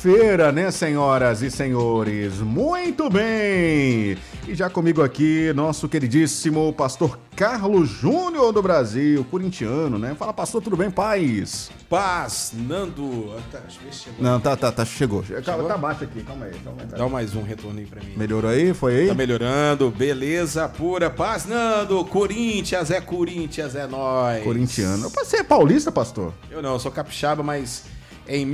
Quinta-feira, né, senhoras e senhores? Muito bem! E já comigo aqui, nosso queridíssimo pastor Carlos Júnior do Brasil, corintiano, né? Fala, pastor, tudo bem, paz? Paz, Nando. Chegou. Não, chegou. Tá baixo aqui, calma aí. Dá mais um retorno aí pra mim. Melhorou aí? Foi aí? Tá melhorando, beleza pura. Paz, Nando. Corinthians é nóis. Corintiano. Você é paulista, pastor? Eu não, eu sou capixaba, mas em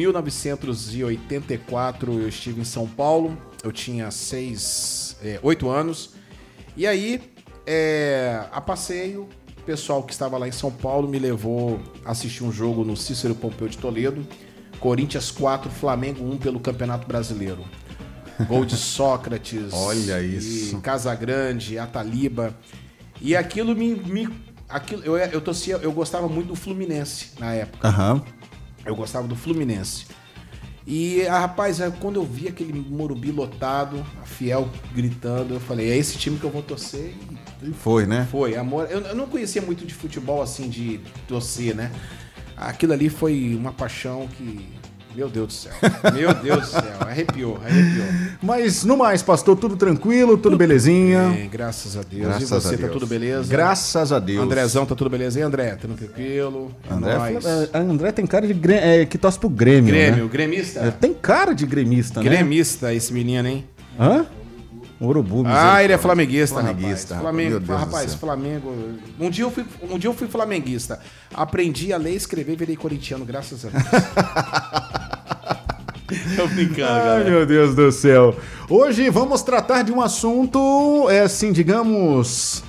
1984 eu estive em São Paulo. Eu tinha 8 anos. E aí, a passeio, o pessoal que estava lá em São Paulo me levou a assistir um jogo no Cícero Pompeu de Toledo. Corinthians 4, Flamengo 1 pelo Campeonato Brasileiro. Gol de Sócrates. Olha isso. Casagrande, Ataliba. E aquilo eu gostava muito do Fluminense na época. Aham. Eu gostava do Fluminense. E, rapaz, quando eu vi aquele Morumbi lotado, a Fiel gritando, eu falei, é esse time que eu vou torcer. E foi, né? Foi, amor. Eu não conhecia muito de futebol, assim, de torcer, né? Aquilo ali foi uma paixão que... Meu Deus do céu. Meu Deus do céu. Arrepiou. Mas, no mais, pastor, tudo tranquilo, tudo belezinha? Bem, graças a Deus. E você, tá tudo beleza? Graças a Deus. Andrezão, tá tudo beleza? E André, tá tranquilo? André tem cara de que torce pro Grêmio, Grêmio, né? gremista? Tem cara de gremista, né? Gremista, esse menino, hein? Hã? Urubu. Ele é flamenguista, rapaz. Flamengo, meu Deus rapaz, Flamengo. Um dia eu fui flamenguista. Aprendi a ler, escrever e virei corintiano, graças a Deus. Tô brincando, galera. Ai, meu Deus do céu. Hoje vamos tratar de um assunto, assim, digamos...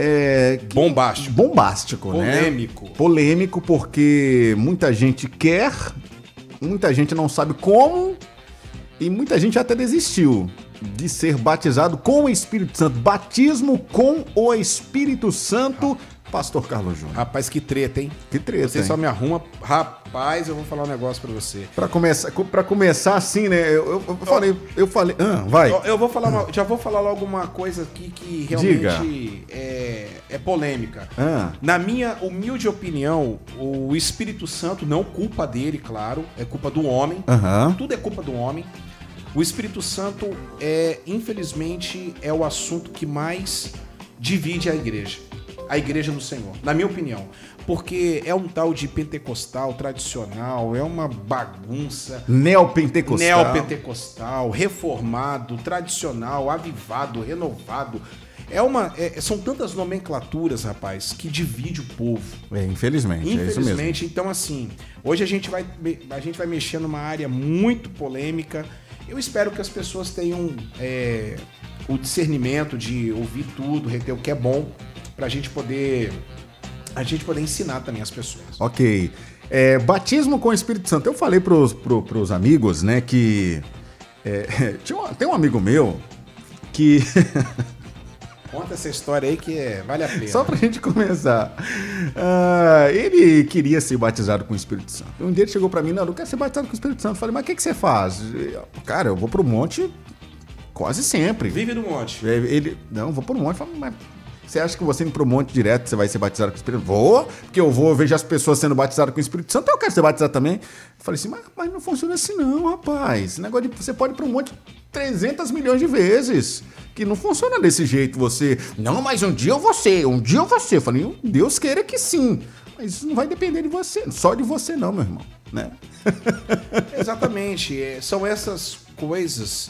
Bombástico, né? Polêmico, porque muita gente quer, muita gente não sabe como e muita gente até desistiu de ser batizado com o Espírito Santo. Batismo com o Espírito Santo, pastor Carlos Júnior. Rapaz, que treta, hein? Que treta, Você só me arruma. Rapaz, eu vou falar um negócio pra você. Pra começar assim, né? Eu falei. Vai. Já vou falar logo uma coisa aqui que realmente é polêmica. Na minha humilde opinião, o Espírito Santo, não culpa dele, claro, é culpa do homem. Tudo é culpa do homem. O Espírito Santo, infelizmente, é o assunto que mais divide a igreja do Senhor, na minha opinião. Porque é um tal de pentecostal tradicional, é uma bagunça. Neopentecostal, reformado, tradicional, avivado, renovado. São tantas nomenclaturas, rapaz, que divide o povo. Infelizmente, é isso mesmo. Então, assim, hoje a gente vai mexer numa área muito polêmica. Eu espero que as pessoas tenham o discernimento de ouvir tudo, reter o que é bom, pra gente poder ensinar também as pessoas. Ok. Batismo com o Espírito Santo. Eu falei pros amigos, né, que... tem um amigo meu que... Conta essa história aí que vale a pena. Só pra gente começar. Ele queria ser batizado com o Espírito Santo. Um dia ele chegou pra mim, não, eu quero ser batizado com o Espírito Santo. Eu falei, mas o que você faz? Cara, eu vou pro monte quase sempre. Vive no monte. Não, vou pro monte. Eu falei, mas você acha que você indo pro monte direto, você vai ser batizado com o Espírito Santo? Vou, porque eu vejo as pessoas sendo batizadas com o Espírito Santo, eu quero ser batizado também. Eu falei assim, mas não funciona assim não, rapaz. Esse negócio de você pode ir pro monte 300 milhões de vezes. Que não funciona desse jeito, você... Não, mas um dia eu vou ser. Eu falei, Deus queira que sim. Mas isso não vai depender de você, só de você não, meu irmão, né? Exatamente. São essas coisas,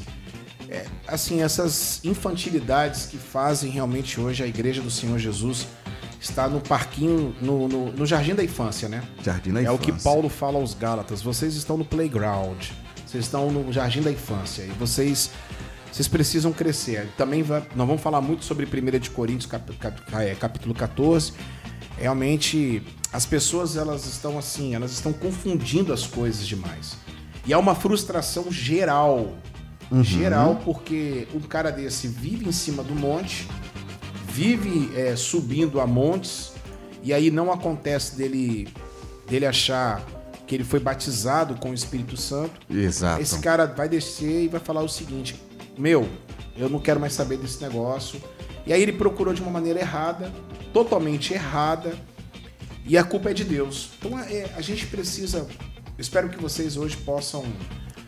essas infantilidades que fazem realmente hoje a Igreja do Senhor Jesus estar no parquinho, no Jardim da Infância, né? Jardim da Infância. É o que Paulo fala aos Gálatas. Vocês estão no playground, vocês estão no Jardim da Infância e vocês precisam crescer. Também nós vamos falar muito sobre 1 de Coríntios, capítulo 14. Realmente, as pessoas, elas estão confundindo as coisas demais. E há uma frustração geral. Geral, porque um cara desse vive em cima do monte, vive subindo a montes, e aí não acontece dele achar que ele foi batizado com o Espírito Santo. Exato. Esse cara vai descer e vai falar o seguinte: eu não quero mais saber desse negócio. E aí ele procurou de uma maneira errada, totalmente errada, e a culpa é de Deus. Então a gente precisa... Espero que vocês hoje possam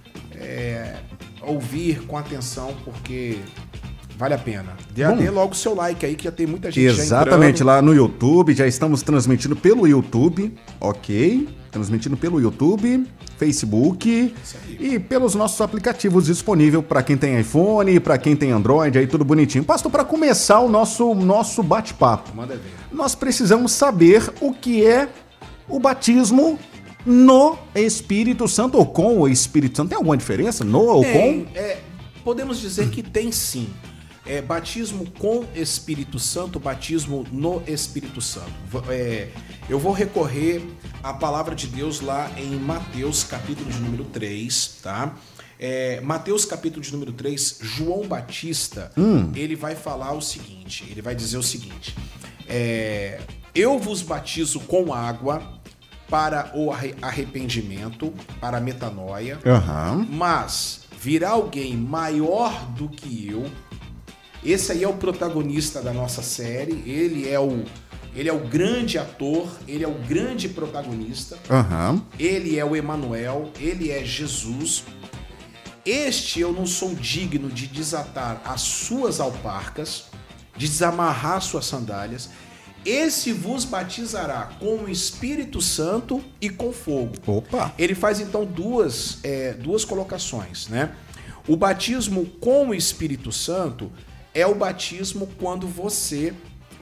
ouvir com atenção, porque vale a pena. Dê logo o seu like aí, que já tem muita gente exatamente, já lá no YouTube, já estamos transmitindo pelo YouTube, ok? Transmitindo pelo YouTube, Facebook e pelos nossos aplicativos disponíveis para quem tem iPhone, para quem tem Android, aí tudo bonitinho. Pastor, para começar o nosso bate-papo, manda ver. Nós precisamos saber o que é o batismo no Espírito Santo ou com o Espírito Santo. Tem alguma diferença no ou com? Podemos dizer que tem sim. Batismo com Espírito Santo, batismo no Espírito Santo. Eu vou recorrer à palavra de Deus lá em Mateus, capítulo de número 3, tá? Mateus, capítulo de número 3, João Batista, ele vai falar o seguinte, ele vai dizer o seguinte, eu vos batizo com água para o arrependimento, para a metanoia, mas virá alguém maior do que eu. Esse aí é o protagonista da nossa série, ele é o grande ator, ele é o grande protagonista, ele é o Emanuel, ele é Jesus. Este eu não sou digno de desatar as suas alparcas, de desamarrar suas sandálias. Esse vos batizará com o Espírito Santo e com fogo. Opa! Ele faz então duas colocações, né? O batismo com o Espírito Santo é o batismo quando você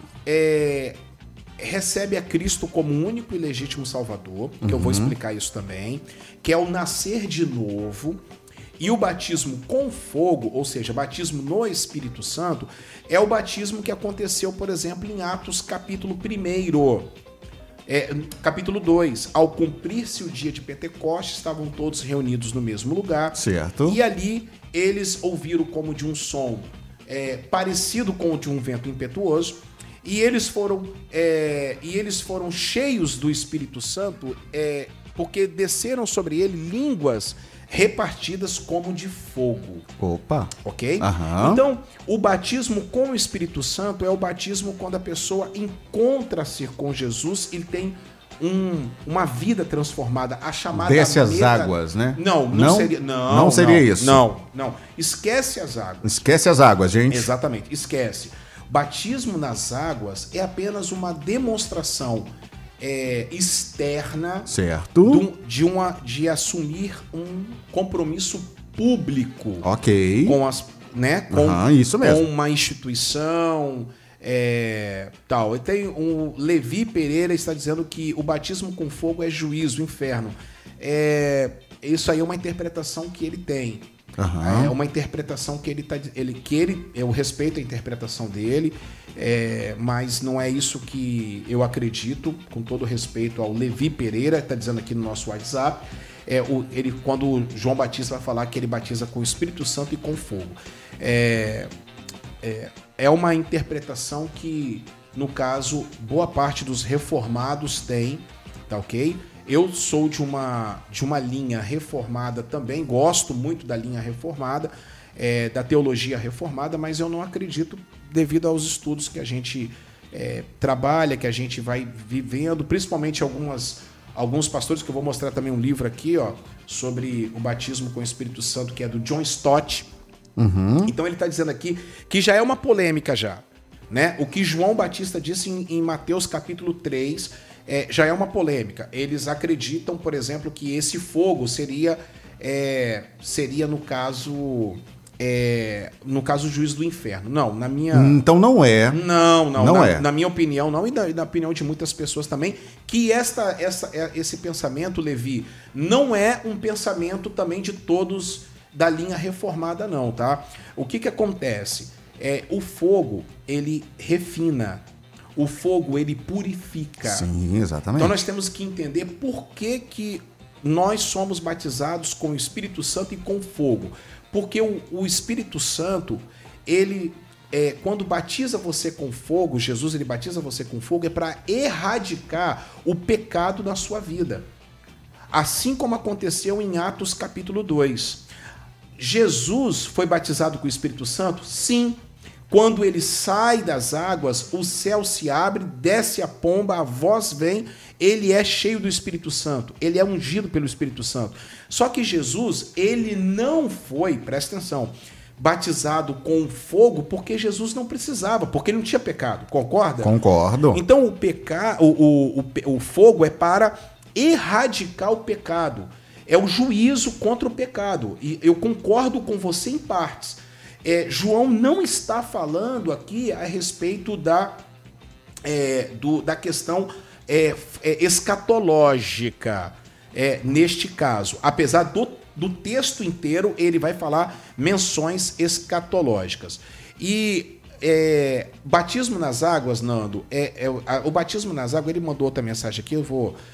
recebe a Cristo como único e legítimo Salvador, que eu vou explicar isso também, que é o nascer de novo. E o batismo com fogo, ou seja, batismo no Espírito Santo, é o batismo que aconteceu, por exemplo, em Atos capítulo 1, capítulo 2. Ao cumprir-se o dia de Pentecostes, estavam todos reunidos no mesmo lugar. Certo. E ali eles ouviram como de um som parecido com o de um vento impetuoso, e eles foram cheios do Espírito Santo, porque desceram sobre ele línguas repartidas como de fogo. Opa! Ok? Então, o batismo com o Espírito Santo é o batismo quando a pessoa encontra-se com Jesus e tem uma vida transformada, a chamada... Desce as águas, né? Não seria... Não seria isso. Não. Esquece as águas. Esquece as águas, gente. Exatamente, esquece. Batismo nas águas é apenas uma demonstração externa, certo, de assumir um compromisso público, ok, com as, né, isso mesmo, com uma instituição, tal. E tem o Levi Pereira está dizendo que o batismo com fogo é juízo, inferno. Isso aí é uma interpretação que ele tem. É uma interpretação que eu respeito a interpretação dele, mas não é isso que eu acredito, com todo respeito ao Levi Pereira, está dizendo aqui no nosso WhatsApp, quando o João Batista vai falar que ele batiza com o Espírito Santo e com fogo. É uma interpretação que, no caso, boa parte dos reformados tem, tá ok? Eu sou de uma linha reformada também, gosto muito da linha reformada, da teologia reformada, mas eu não acredito devido aos estudos que a gente trabalha, que a gente vai vivendo, principalmente alguns pastores, que eu vou mostrar também um livro aqui, sobre o batismo com o Espírito Santo, que é do John Stott. Então ele está dizendo aqui que já é uma polêmica já, né? O que João Batista disse em Mateus capítulo 3... já é uma polêmica. Eles acreditam, por exemplo, que esse fogo seria no caso o juízo do inferno. Não, na minha... Então não é. Não é. Na minha opinião, não, e na opinião de muitas pessoas também, que esse pensamento, Levi, não é um pensamento também de todos da linha reformada, não, tá? O que acontece? O fogo, ele refina. O fogo, ele purifica. Sim, exatamente. Então nós temos que entender por que nós somos batizados com o Espírito Santo e com fogo. Porque o Espírito Santo, ele, quando batiza você com fogo, Jesus ele batiza você com fogo, é para erradicar o pecado na sua vida. Assim como aconteceu em Atos capítulo 2. Jesus foi batizado com o Espírito Santo? Sim. Quando ele sai das águas, o céu se abre, desce a pomba, a voz vem, ele é cheio do Espírito Santo, ele é ungido pelo Espírito Santo. Só que Jesus, ele não foi, presta atenção, batizado com fogo porque Jesus não precisava, porque ele não tinha pecado, concorda? Concordo. Então o fogo é para erradicar o pecado, é o juízo contra o pecado, e eu concordo com você em partes. João não está falando aqui a respeito da questão escatológica, neste caso. Apesar do texto inteiro, ele vai falar menções escatológicas. E batismo nas águas, Nando, o batismo nas águas, ele mandou outra mensagem aqui,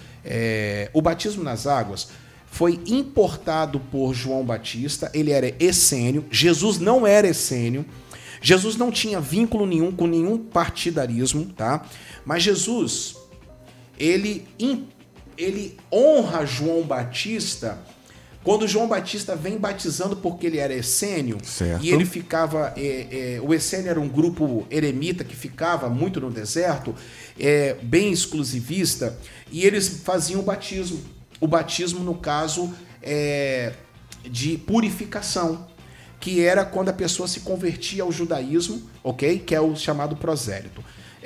o batismo nas águas foi importado por João Batista, ele era essênio, Jesus não era essênio, Jesus não tinha vínculo nenhum com nenhum partidarismo, tá? Mas Jesus, ele honra João Batista quando João Batista vem batizando porque ele era essênio, certo. E ele ficava, o essênio era um grupo eremita que ficava muito no deserto, bem exclusivista, e eles faziam o batismo, no caso, de purificação, que era quando a pessoa se convertia ao judaísmo, ok? Que é o chamado prosélito.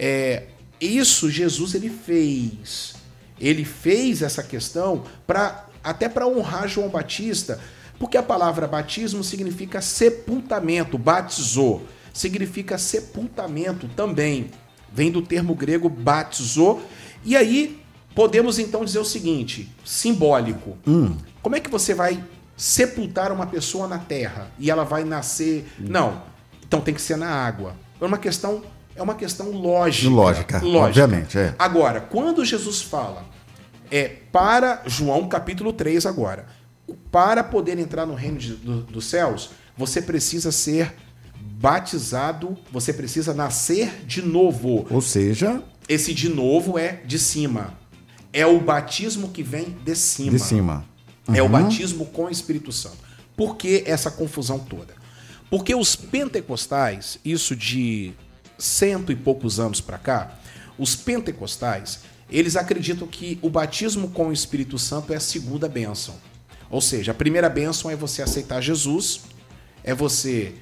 Isso Jesus ele fez. Ele fez essa questão até para honrar João Batista, porque a palavra batismo significa sepultamento, batizou, significa sepultamento também. Vem do termo grego batizou. E aí podemos então dizer o seguinte, simbólico. Como é que você vai sepultar uma pessoa na terra e ela vai nascer? Não. Então tem que ser na água. É uma questão lógica. Obviamente. Agora, quando Jesus fala, para João capítulo 3 agora, para poder entrar no reino dos céus, você precisa ser batizado, você precisa nascer de novo. Ou seja, esse de novo é de cima. É o batismo que vem de cima. De cima. É o batismo com o Espírito Santo. Por que essa confusão toda? Porque os pentecostais, isso de 100 e poucos anos para cá, os pentecostais, eles acreditam que o batismo com o Espírito Santo é a segunda bênção. Ou seja, a primeira bênção é você aceitar Jesus, você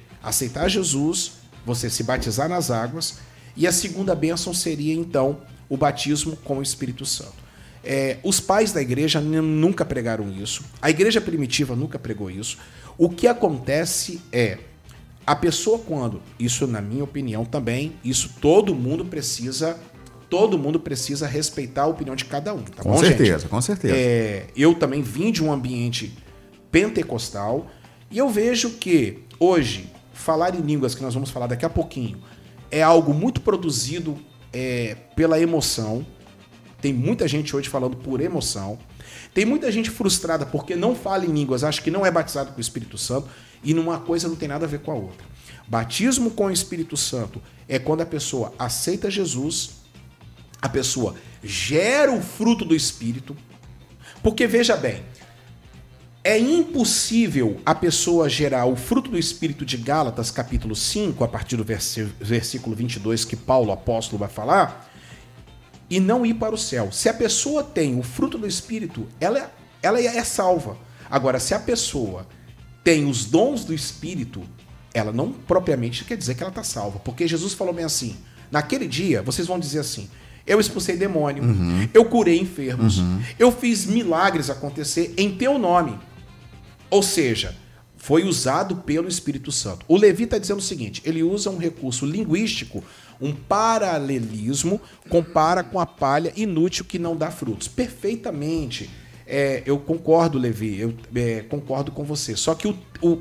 se batizar nas águas, e a segunda bênção seria, então, o batismo com o Espírito Santo. Os pais da igreja nunca pregaram isso, a igreja primitiva nunca pregou isso. O que acontece a pessoa quando, isso na minha opinião também, isso todo mundo precisa respeitar a opinião de cada um, tá com bom, certeza, gente? Com certeza. Eu também vim de um ambiente pentecostal e eu vejo que hoje, falar em línguas, que nós vamos falar daqui a pouquinho, é algo muito produzido pela emoção. Tem muita gente hoje falando por emoção. Tem muita gente frustrada porque não fala em línguas, acha que não é batizado com o Espírito Santo, e uma coisa não tem nada a ver com a outra. Batismo com o Espírito Santo é quando a pessoa aceita Jesus, a pessoa gera o fruto do Espírito, porque veja bem, é impossível a pessoa gerar o fruto do Espírito de Gálatas, capítulo 5, a partir do versículo 22, que Paulo, apóstolo, vai falar, e não ir para o céu. Se a pessoa tem o fruto do Espírito, ela é salva. Agora, se a pessoa tem os dons do Espírito, ela não propriamente quer dizer que ela está salva. Porque Jesus falou bem assim, naquele dia, vocês vão dizer assim, eu expulsei demônio, eu curei enfermos, eu fiz milagres acontecer em teu nome. Ou seja, foi usado pelo Espírito Santo. O Levi está dizendo o seguinte, ele usa um recurso linguístico, um paralelismo, compara com a palha inútil que não dá frutos. Perfeitamente. Eu concordo, Levi, eu concordo com você. Só que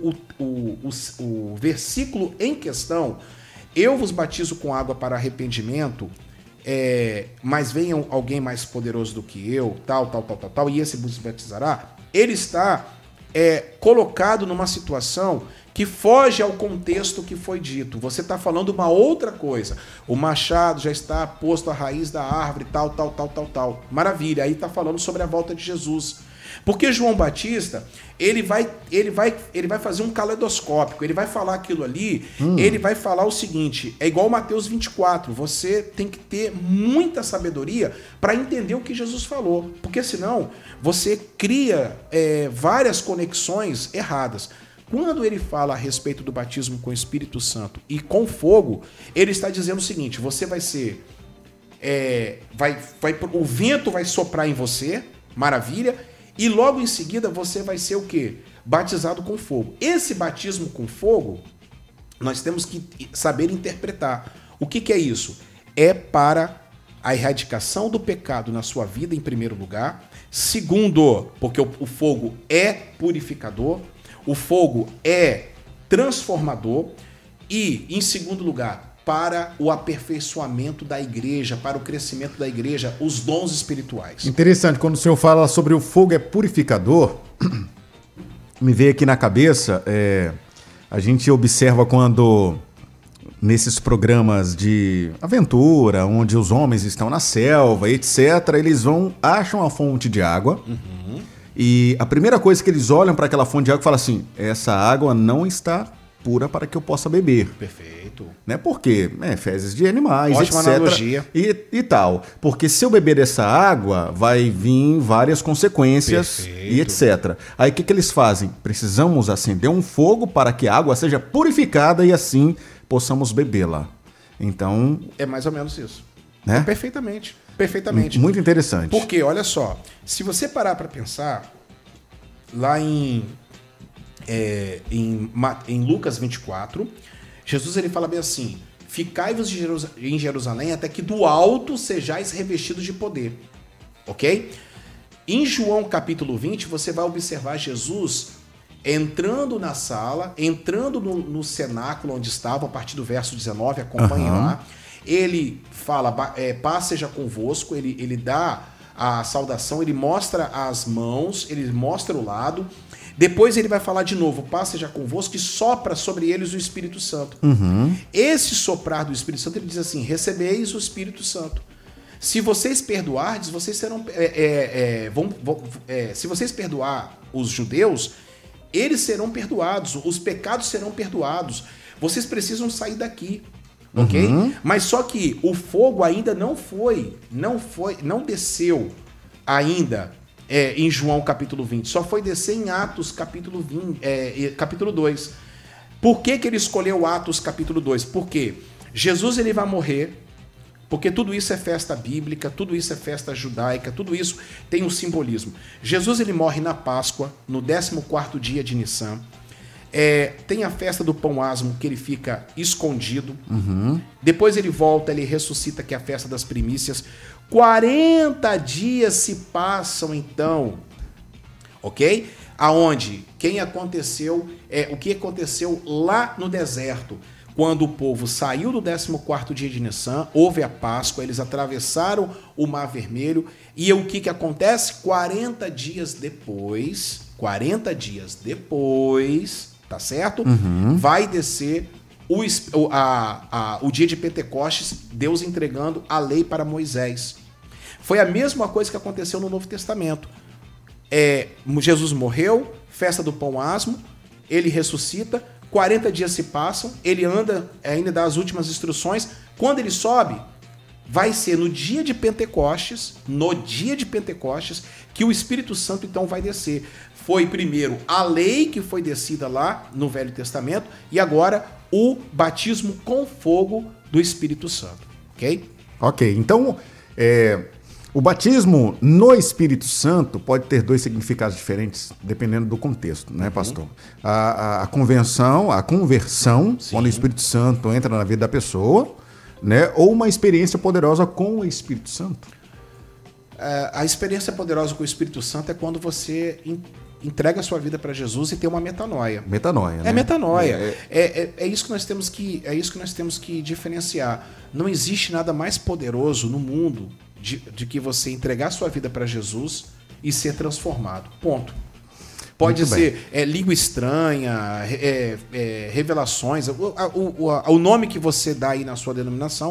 o versículo em questão, eu vos batizo com água para arrependimento, mas venha alguém mais poderoso do que eu, tal, e esse vos batizará, ele está colocado numa situação que foge ao contexto que foi dito. Você está falando uma outra coisa. O machado já está posto à raiz da árvore, tal. Maravilha. Aí está falando sobre a volta de Jesus. Porque João Batista, ele vai fazer um caleidoscópico, ele vai falar aquilo ali, ele vai falar o seguinte, é igual Mateus 24, você tem que ter muita sabedoria para entender o que Jesus falou, porque senão você cria várias conexões erradas. Quando ele fala a respeito do batismo com o Espírito Santo e com fogo, ele está dizendo o seguinte, você vai ser... o vento vai soprar em você, maravilha, e logo em seguida você vai ser o quê? Batizado com fogo. Esse batismo com fogo, nós temos que saber interpretar. O que é isso? É para a erradicação do pecado na sua vida, em primeiro lugar. Segundo, porque o fogo é purificador. O fogo é transformador e, em segundo lugar, para o aperfeiçoamento da igreja, para o crescimento da igreja, os dons espirituais. Interessante, quando o senhor fala sobre o fogo é purificador, me veio aqui na cabeça, a gente observa quando, nesses programas de aventura, onde os homens estão na selva, etc., eles acham a fonte de água. E a primeira coisa que eles olham para aquela fonte de água e falam assim, essa água não está pura para que eu possa beber. Perfeito. Né? Porque fezes de animais, ótima etc. Analogia. E tal. Porque se eu beber dessa água, vai vir várias consequências. Perfeito. E etc. Aí o que eles fazem? Precisamos acender um fogo para que a água seja purificada e assim possamos bebê-la. Então... é mais ou menos isso. Né? Perfeitamente. Perfeitamente. Muito interessante. Porque, olha só, se você parar para pensar, lá em Lucas 24, Jesus ele fala bem assim, ficai-vos em Jerusalém até que do alto sejais revestidos de poder. Ok? Em João capítulo 20, você vai observar Jesus entrando na sala, entrando no cenáculo onde estava, a partir do verso 19, acompanhem lá. Ele fala, paz seja convosco, ele dá a saudação, ele mostra as mãos, ele mostra o lado. Depois ele vai falar de novo, paz seja convosco, e sopra sobre eles o Espírito Santo. Esse soprar do Espírito Santo, ele diz assim, recebeis o Espírito Santo. Se vocês perdoardes, vocês serão... se vocês perdoar os judeus, eles serão perdoados, os pecados serão perdoados. Vocês precisam sair daqui. Ok? Mas só que o fogo ainda não desceu ainda em João capítulo 20. Só foi descer em Atos capítulo 2. Por que ele escolheu Atos capítulo 2? Porque Jesus ele vai morrer, porque tudo isso é festa bíblica, tudo isso é festa judaica, tudo isso tem um simbolismo. Jesus ele morre na Páscoa, no 14º dia de Nissan. Tem a festa do pão asmo, que ele fica escondido. Depois ele volta, ele ressuscita, que é a festa das primícias. 40 dias se passam, então, ok? Aonde? O que aconteceu lá no deserto? Quando o povo saiu do 14º dia de Nissan, houve a Páscoa, eles atravessaram o Mar Vermelho, e o que acontece? 40 dias depois, tá certo? Vai descer o dia de Pentecostes, Deus entregando a lei para Moisés. Foi a mesma coisa que aconteceu no Novo Testamento. Jesus morreu, festa do pão asmo, ele ressuscita, 40 dias se passam, ele ainda dá as últimas instruções. Quando ele sobe, vai ser no dia de Pentecostes, que o Espírito Santo então vai descer. Foi primeiro a lei que foi descida lá no Velho Testamento e agora o batismo com fogo do Espírito Santo, ok? Ok, então o batismo no Espírito Santo pode ter dois significados diferentes, dependendo do contexto, né, pastor? A conversão, sim, quando o Espírito Santo entra na vida da pessoa, né? Ou uma experiência poderosa com o Espírito Santo. A experiência poderosa com o Espírito Santo é quando você entrega a sua vida para Jesus e tem uma metanoia. Metanoia, né? É metanoia. É isso que nós temos que diferenciar. Não existe nada mais poderoso no mundo de que você entregar a sua vida para Jesus e ser transformado. Ponto. Pode ser língua estranha, revelações, o nome que você dá aí na sua denominação,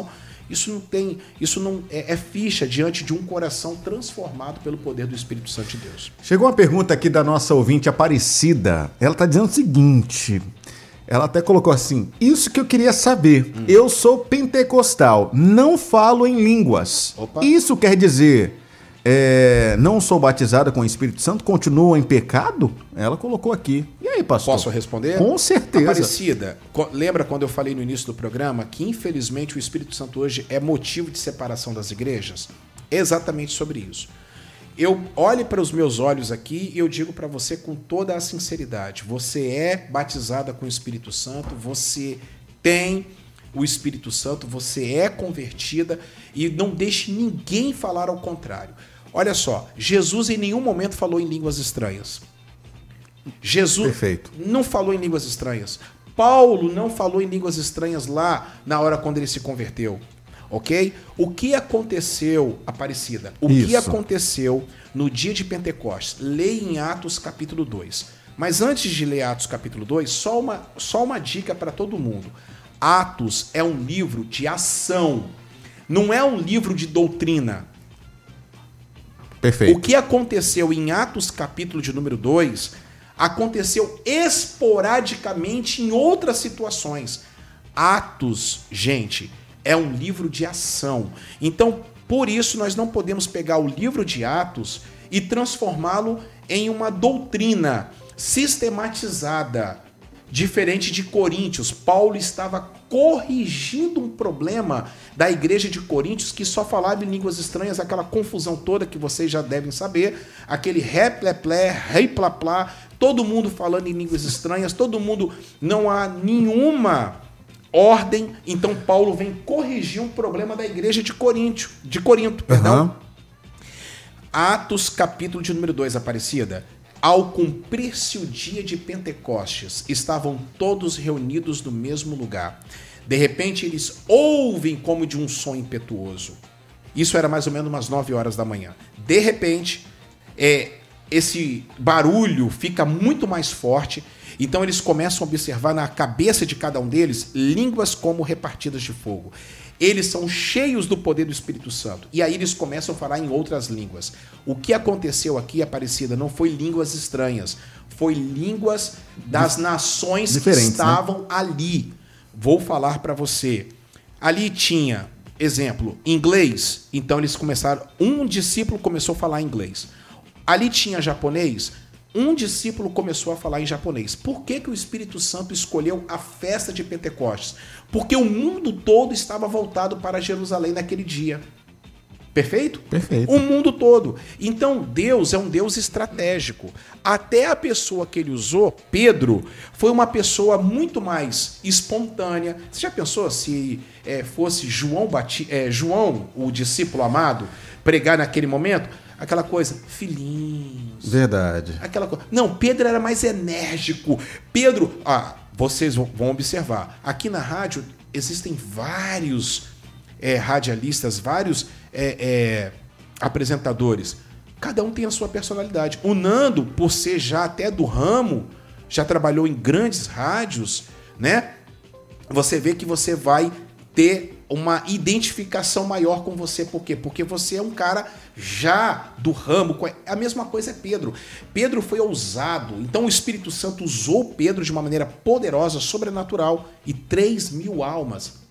Isso não é ficha diante de um coração transformado pelo poder do Espírito Santo de Deus. Chegou uma pergunta aqui da nossa ouvinte Aparecida. Ela está dizendo o seguinte. Ela até colocou assim: isso que eu queria saber. Eu sou pentecostal, não falo em línguas. Opa. Isso quer dizer, não sou batizada com o Espírito Santo, continuo em pecado? Ela colocou aqui. E aí, pastor? Posso responder? Com certeza. Aparecida, lembra quando eu falei no início do programa que infelizmente o Espírito Santo hoje é motivo de separação das igrejas? Exatamente sobre isso. Eu olhe para os meus olhos aqui e eu digo para você com toda a sinceridade: você é batizada com o Espírito Santo, você tem o Espírito Santo, você é convertida, e não deixe ninguém falar ao contrário. Olha só, Jesus em nenhum momento falou em línguas estranhas. Jesus Perfeito. não falou em línguas estranhas. Paulo não falou em línguas estranhas lá na hora quando ele se converteu. Ok? O que aconteceu, Aparecida? O que aconteceu no dia de Pentecostes? Leia em Atos capítulo 2. Mas antes de ler Atos capítulo 2, só uma dica para todo mundo. Atos é um livro de ação. Não é um livro de doutrina. Perfeito. O que aconteceu em Atos capítulo de número 2 aconteceu esporadicamente em outras situações. Atos, gente, é um livro de ação. Então, por isso, nós não podemos pegar o livro de Atos e transformá-lo em uma doutrina sistematizada, diferente de Coríntios. Paulo estava corrigindo um problema da igreja de Coríntios que só falava em línguas estranhas, aquela confusão toda que vocês já devem saber, aquele ré-plé-plé, rei-plá-plá, todo mundo falando em línguas estranhas, todo mundo, não há nenhuma ordem. Então Paulo vem corrigir um problema da igreja de Corinto, perdão. Atos capítulo de número 2, Aparecida. Ao cumprir-se o dia de Pentecostes, estavam todos reunidos no mesmo lugar. De repente, eles ouvem como de um som impetuoso. Isso era mais ou menos umas 9 horas da manhã. De repente, esse barulho fica muito mais forte. Então, eles começam a observar na cabeça de cada um deles línguas como repartidas de fogo. Eles são cheios do poder do Espírito Santo. E aí eles começam a falar em outras línguas. O que aconteceu aqui, Aparecida, não foi línguas estranhas. Foi línguas das nações que estavam ali. Vou falar para você. Ali tinha, exemplo, inglês. Então eles começaram... Um discípulo começou a falar inglês. Ali tinha japonês. Um discípulo começou a falar em japonês. Por que o Espírito Santo escolheu a festa de Pentecostes? Porque o mundo todo estava voltado para Jerusalém naquele dia. Perfeito? Perfeito. O mundo todo. Então, Deus é um Deus estratégico. Até a pessoa que ele usou, Pedro, foi uma pessoa muito mais espontânea. Você já pensou se fosse João, o discípulo amado, pregar naquele momento? Aquela coisa, filhinhos. Verdade. Aquela coisa. Não, Pedro era mais enérgico. Pedro, vocês vão observar. Aqui na rádio existem vários radialistas, vários apresentadores. Cada um tem a sua personalidade. O Nando, por ser já até do ramo, já trabalhou em grandes rádios, né? Você vê que você vai ter uma identificação maior com você. Por quê? Porque você é um cara já do ramo. A mesma coisa é Pedro. Pedro foi ousado. Então o Espírito Santo usou Pedro de uma maneira poderosa, sobrenatural. E 5.000 almas.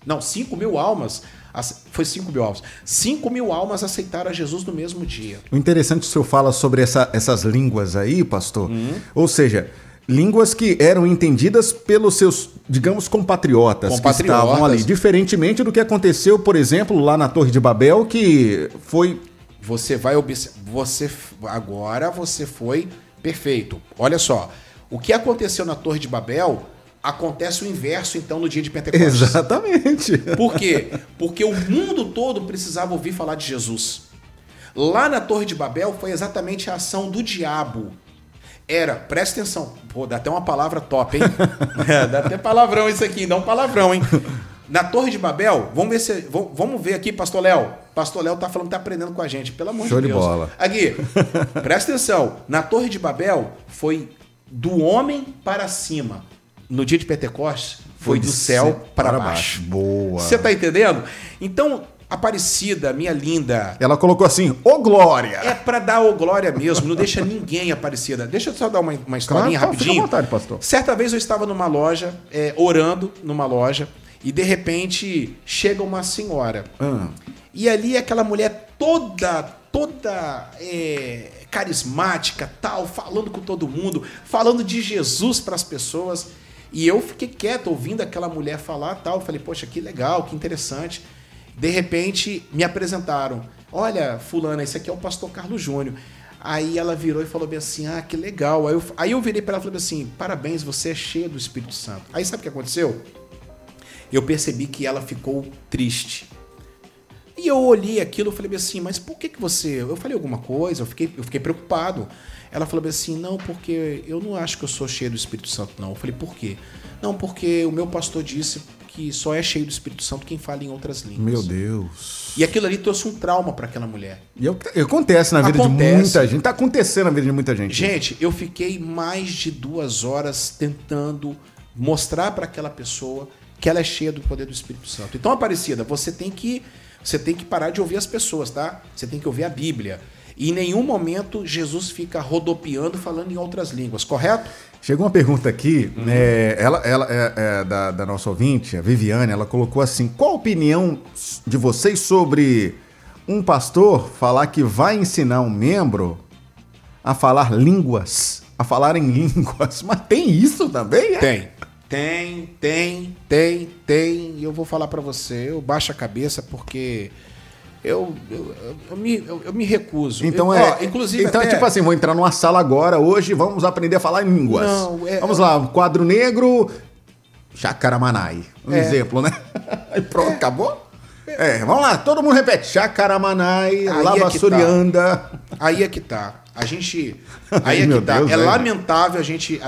Foi 5.000 almas. 5.000 almas aceitaram a Jesus no mesmo dia. O interessante é que o senhor fala sobre essas línguas aí, pastor. Ou seja... Línguas que eram entendidas pelos seus, digamos, compatriotas que estavam ali. Diferentemente do que aconteceu, por exemplo, lá na Torre de Babel, que foi... Você vai agora você foi perfeito. Olha só, o que aconteceu na Torre de Babel, acontece o inverso, então, no dia de Pentecostes. Exatamente. Por quê? Porque o mundo todo precisava ouvir falar de Jesus. Lá na Torre de Babel foi exatamente a ação do diabo. Presta atenção, pô, dá até uma palavra top, hein? Dá até palavrão isso aqui, dá um palavrão, hein? Na Torre de Babel, vamos ver aqui, Pastor Léo. Pastor Léo tá falando que tá aprendendo com a gente, pelo amor de Deus. Show de bola. Aqui, presta atenção. Na Torre de Babel foi do homem para cima. No dia de Pentecostes foi do céu para baixo. Boa. Você tá entendendo? Então, Aparecida, minha linda... Ela colocou assim, ô glória! É pra dar ô glória mesmo, não deixa ninguém Aparecida. Deixa eu só dar uma historinha rapidinho. Fica à vontade, pastor. Certa vez eu estava numa loja, orando numa loja, e de repente chega uma senhora. E ali aquela mulher toda carismática, tal, falando com todo mundo, falando de Jesus para as pessoas. E eu fiquei quieto ouvindo aquela mulher falar, tal. Eu falei, poxa, que legal, que interessante. De repente, me apresentaram. Olha, fulana, esse aqui é o pastor Carlos Júnior. Aí ela virou e falou bem assim, ah, que legal. Aí eu virei para ela e falei assim, parabéns, você é cheia do Espírito Santo. Aí sabe o que aconteceu? Eu percebi que ela ficou triste. E eu olhei aquilo e falei assim, mas por que você... Eu falei alguma coisa, eu fiquei preocupado. Ela falou assim, não, porque eu não acho que eu sou cheio do Espírito Santo, não. Eu falei, por quê? Não, porque o meu pastor disse que só é cheio do Espírito Santo quem fala em outras línguas. Meu Deus. E aquilo ali trouxe um trauma para aquela mulher. E acontece na vida de muita gente. Tá acontecendo na vida de muita gente. Gente, eu fiquei mais de 2 horas tentando mostrar para aquela pessoa que ela é cheia do poder do Espírito Santo. Então, Aparecida, você tem que parar de ouvir as pessoas, tá? Você tem que ouvir a Bíblia. E em nenhum momento Jesus fica rodopiando falando em outras línguas, correto? Chegou uma pergunta aqui, ela da nossa ouvinte, a Viviane, ela colocou assim, qual a opinião de vocês sobre um pastor falar que vai ensinar um membro a falar línguas, a falar em línguas? Mas tem isso também? Tem. E eu vou falar pra você, eu baixo a cabeça porque eu me recuso. Então inclusive então tipo assim, vou entrar numa sala agora, hoje vamos aprender a falar em línguas. Vamos lá, quadro negro, Chacaramanai. Exemplo, né? Aí pronto, acabou? Vamos lá, todo mundo repete. Chacaramanai, Lavassorianda. Aí é que tá. A gente. Aí é que tá. É lamentável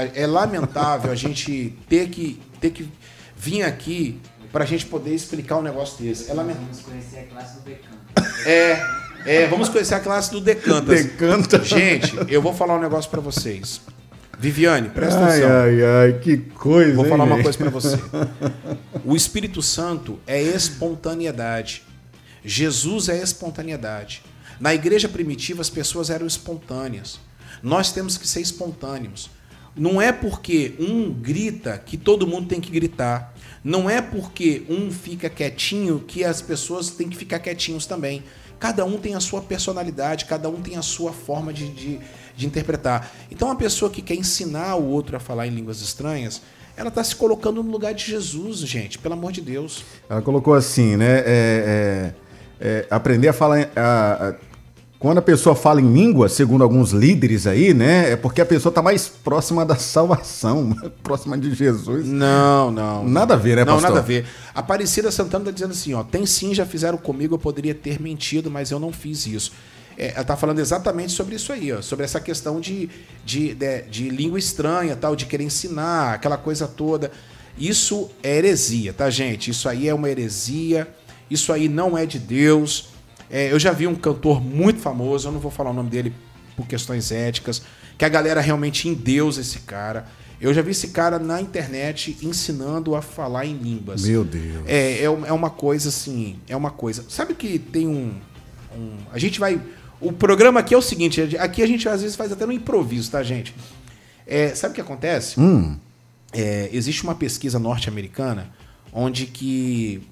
a gente ter que vir aqui pra gente poder explicar um negócio desse. É lamentável. Vamos conhecer a classe do Decantas. Vamos conhecer a classe do Decantas. Gente, eu vou falar um negócio pra vocês. Viviane, presta atenção. Ai, que coisa. Vou falar uma coisa pra você. O Espírito Santo é espontaneidade. Jesus é espontaneidade. Na igreja primitiva, as pessoas eram espontâneas. Nós temos que ser espontâneos. Não é porque um grita que todo mundo tem que gritar. Não é porque um fica quietinho que as pessoas têm que ficar quietinhos também. Cada um tem a sua personalidade, cada um tem a sua forma de interpretar. Então, a pessoa que quer ensinar o outro a falar em línguas estranhas, ela está se colocando no lugar de Jesus, gente, pelo amor de Deus. Ela colocou assim, né? Aprender a falar... Quando a pessoa fala em língua, segundo alguns líderes aí, né? É porque a pessoa está mais próxima da salvação, próxima de Jesus. Não. Nada a ver, né, pastor? Não, nada a ver. Aparecida Santana está dizendo assim, ó, tem sim, já fizeram comigo, eu poderia ter mentido, mas eu não fiz isso. Ela está falando exatamente sobre isso aí, ó, sobre essa questão de língua estranha, tal, de querer ensinar, aquela coisa toda. Isso é heresia, tá, gente? Isso aí é uma heresia, isso aí não é de Deus. Eu já vi um cantor muito famoso, eu não vou falar o nome dele por questões éticas, que a galera realmente endeusa esse cara. Eu já vi esse cara na internet ensinando a falar em línguas. Meu Deus. É uma coisa assim, é uma coisa... Sabe que tem a gente vai... O programa aqui é o seguinte, aqui a gente às vezes faz até no improviso, tá, gente? Sabe o que acontece? Existe uma pesquisa norte-americana onde que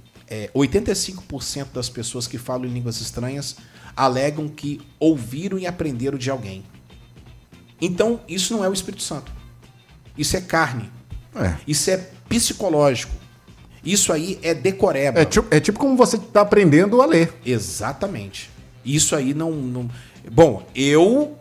85% das pessoas que falam em línguas estranhas alegam que ouviram e aprenderam de alguém. Então, isso não é o Espírito Santo. Isso é carne. Isso é psicológico. Isso aí é decoreba. É tipo como você está aprendendo a ler. Exatamente. Isso aí não... Bom, eu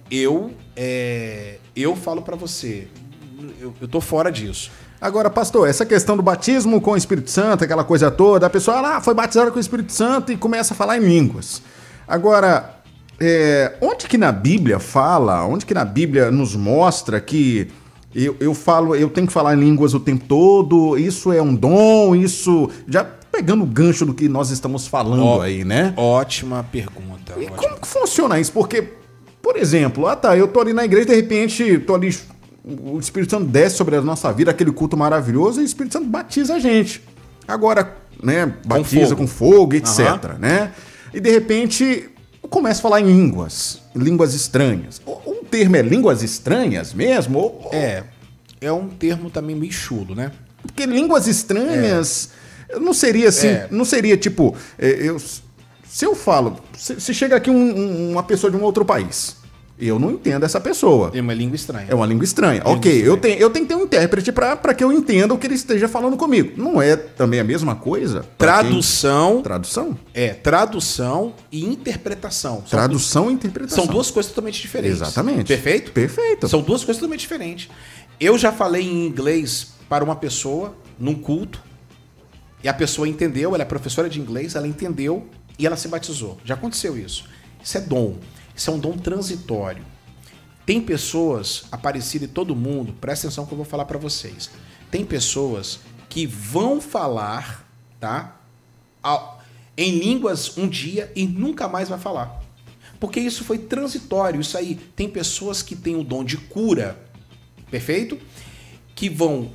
falo para você, eu tô fora disso. Agora, pastor, essa questão do batismo com o Espírito Santo, aquela coisa toda, a pessoa foi batizada com o Espírito Santo e começa a falar em línguas. Agora, onde que na Bíblia fala, onde que na Bíblia nos mostra que eu tenho que falar em línguas o tempo todo, isso é um dom, isso... Já pegando o gancho do que nós estamos falando aí, né? Ótima pergunta. Como que funciona isso? Porque, por exemplo, eu tô ali na igreja, de repente, tô ali o Espírito Santo desce sobre a nossa vida, aquele culto maravilhoso, e o Espírito Santo batiza a gente. Agora, né, batiza com fogo, etc, né? E de repente, começa a falar em línguas estranhas. Um termo é línguas estranhas mesmo? É um termo também meio chulo, né? Porque línguas estranhas não seria assim, não seria tipo, se eu falo, se chega aqui uma pessoa de um outro país, eu não entendo essa pessoa. É uma língua estranha. É uma língua estranha. Ok, eu tenho que ter um intérprete para que eu entenda o que ele esteja falando comigo. Não é também a mesma coisa? Tradução. Tradução? Tradução e interpretação. Tradução e interpretação. São duas coisas totalmente diferentes. Exatamente. Perfeito? Perfeito. São duas coisas totalmente diferentes. Eu já falei em inglês para uma pessoa num culto e a pessoa entendeu, ela é professora de inglês, ela entendeu e ela se batizou. Já aconteceu isso. Isso é dom. Isso é um dom transitório. Tem pessoas, Aparecida e todo mundo, presta atenção que eu vou falar para vocês. Tem pessoas que vão falar, tá, em línguas um dia e nunca mais vai falar. Porque isso foi transitório. Isso aí, tem pessoas que têm o dom de cura, perfeito? Que vão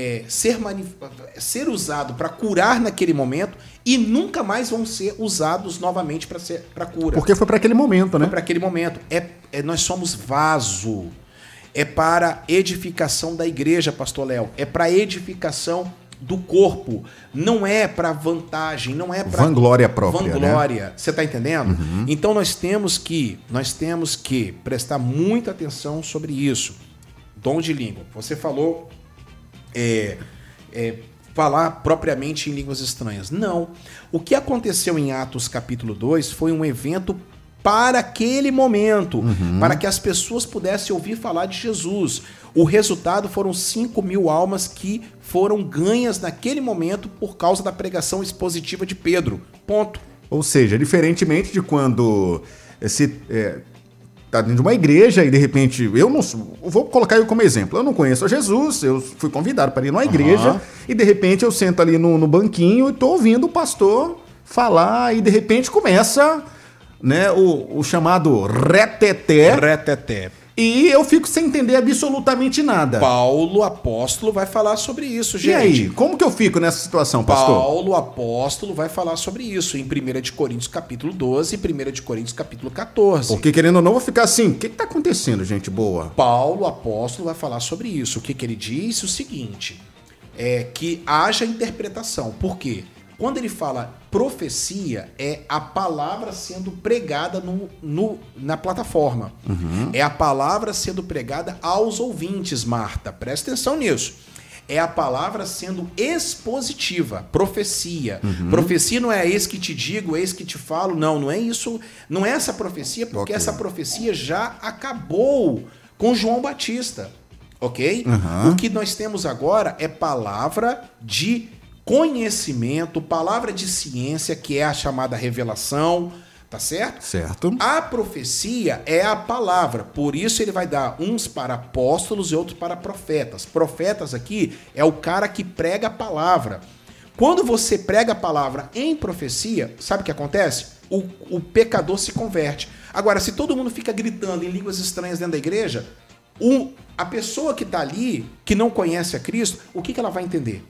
ser usado para curar naquele momento e nunca mais vão ser usados novamente para cura. Porque foi para aquele momento, né? Foi para aquele momento. Nós somos vaso. É para edificação da igreja, pastor Léo. É para edificação do corpo. Não é para vantagem, não é para vanglória própria, vanglória. Né? Você está entendendo? Uhum. Então nós temos que prestar muita atenção sobre isso. Dom de língua. Você falou falar propriamente em línguas estranhas. Não. O que aconteceu em Atos capítulo 2 foi um evento para aquele momento, para que as pessoas pudessem ouvir falar de Jesus. O resultado foram 5.000 almas que foram ganhas naquele momento por causa da pregação expositiva de Pedro. Ponto. Ou seja, diferentemente de quando tá dentro de uma igreja e de repente, eu vou colocar eu como exemplo, eu não conheço a Jesus, eu fui convidado para ir numa igreja e de repente eu sento ali no banquinho e tô ouvindo o pastor falar e de repente começa, né, o chamado reteté. E eu fico sem entender absolutamente nada. Paulo, apóstolo, vai falar sobre isso, gente. E aí, como que eu fico nessa situação, pastor? Paulo, apóstolo, vai falar sobre isso em 1 de Coríntios capítulo 12 e 1 de Coríntios capítulo 14. Porque, querendo ou não, eu vou ficar assim, o que está acontecendo, gente boa? Paulo, apóstolo, vai falar sobre isso. O que ele diz? O seguinte, que haja interpretação. Por quê? Quando ele fala profecia, é a palavra sendo pregada na plataforma. É a palavra sendo pregada aos ouvintes, Marta. Presta atenção nisso. É a palavra sendo expositiva, profecia. Profecia não é eis que te digo, eis que te falo. Não é isso. Não é essa profecia, porque essa profecia já acabou com João Batista. Ok? O que nós temos agora é palavra de conhecimento, palavra de ciência, que é a chamada revelação, tá certo? Certo. A profecia é a palavra, por isso ele vai dar uns para apóstolos e outros para profetas. Profetas aqui é o cara que prega a palavra. Quando você prega a palavra em profecia, sabe o que acontece? O pecador se converte. Agora, se todo mundo fica gritando em línguas estranhas dentro da igreja, a pessoa que está ali, que não conhece a Cristo, o que ela vai entender?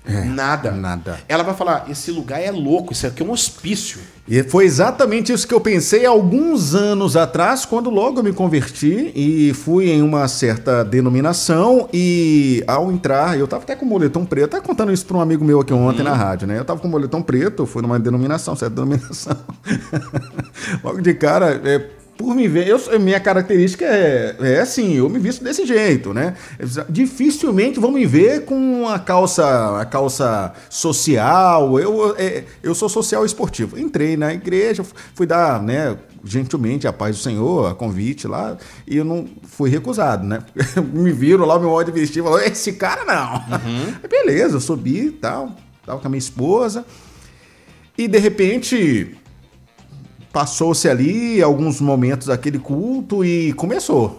Nada. Ela vai falar, esse lugar é louco, isso aqui é um hospício. E foi exatamente isso que eu pensei há alguns anos atrás, quando logo eu me converti e fui em uma certa denominação e ao entrar, eu tava até com moletom preto, eu tava contando isso para um amigo meu aqui ontem na rádio, né? Eu tava com moletom preto, fui numa denominação, certa denominação. Logo de cara, por me ver, minha característica é assim, eu me visto desse jeito, né? Dificilmente vão me ver com a calça social, eu sou social esportivo. Entrei na igreja, fui dar, né, gentilmente a paz do Senhor, a convite lá, e eu não fui recusado, né? Me viram lá, o meu modo de vestir, falou, esse cara não. Beleza, eu subi e tal, tava com a minha esposa, e de repente passou-se ali alguns momentos daquele culto e começou.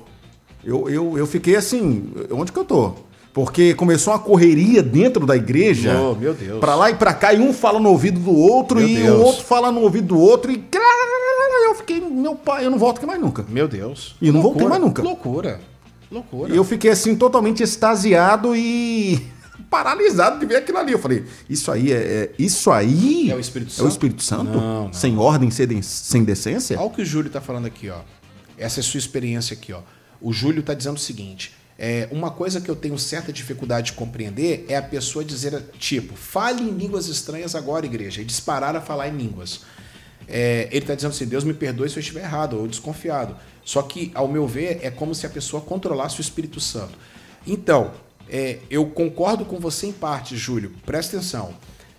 Eu fiquei assim, onde que eu tô? Porque começou uma correria dentro da igreja. Oh, meu Deus. Pra lá e pra cá, e um fala no ouvido do outro, meu e Deus. O outro fala no ouvido do outro, e eu fiquei, meu pai, eu não volto aqui mais nunca. Meu Deus. E não voltei mais nunca. Loucura. Loucura. E eu fiquei assim totalmente extasiado e paralisado de ver aquilo ali. Eu falei, isso aí É o Espírito Santo? É o Espírito Santo? Não. Sem ordem, sem decência? Olha o que o Júlio tá falando aqui, ó. Essa é a sua experiência aqui, ó. O Júlio tá dizendo o seguinte: uma coisa que eu tenho certa dificuldade de compreender é a pessoa dizer, tipo, fale em línguas estranhas agora, igreja, e disparar a falar em línguas. Ele está dizendo assim, Deus me perdoe se eu estiver errado ou desconfiado. Só que, ao meu ver, é como se a pessoa controlasse o Espírito Santo. Então, eu concordo com você em parte, Júlio. Presta atenção.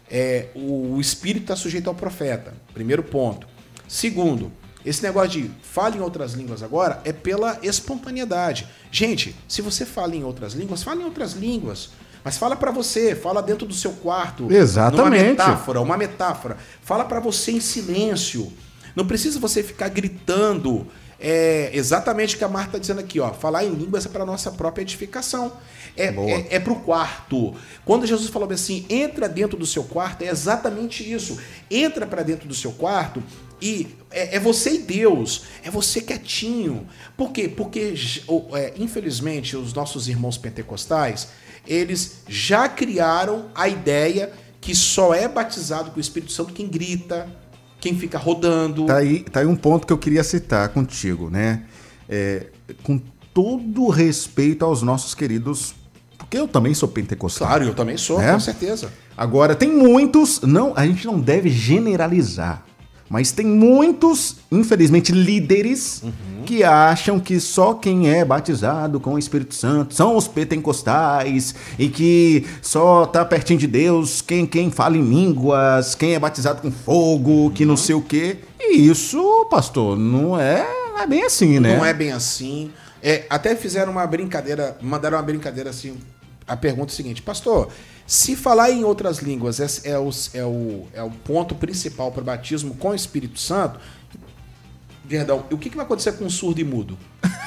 O Espírito está sujeito ao profeta. Primeiro ponto. Segundo, esse negócio de fale em outras línguas agora é pela espontaneidade. Gente, se você fala em outras línguas, fale em outras línguas. Mas fala para você, fala dentro do seu quarto. Exatamente. Uma metáfora. Fala para você em silêncio. Não precisa você ficar gritando. Exatamente o que a Marta está dizendo aqui, ó. Falar em línguas é para nossa própria edificação. É para o quarto. Quando Jesus falou assim, entra dentro do seu quarto, é exatamente isso. Entra para dentro do seu quarto e é você e Deus. É você quietinho. Por quê? Porque, infelizmente, os nossos irmãos pentecostais, eles já criaram a ideia que só é batizado com o Espírito Santo quem grita, quem fica rodando. Tá aí um ponto que eu queria citar contigo, né? Com todo respeito aos nossos queridos, porque eu também sou pentecostal. Claro, eu também sou, com certeza. Agora, tem muitos, a gente não deve generalizar, mas tem muitos, infelizmente, líderes que acham que só quem é batizado com o Espírito Santo são os pentecostais e que só tá pertinho de Deus quem fala em línguas, quem é batizado com fogo, que não sei o quê. E isso, pastor, não é bem assim, né? Não é bem assim. Até fizeram uma brincadeira, mandaram uma brincadeira assim. A pergunta é a seguinte, pastor, se falar em outras línguas é o ponto principal para o batismo com o Espírito Santo, perdão, o que vai acontecer com o surdo e mudo?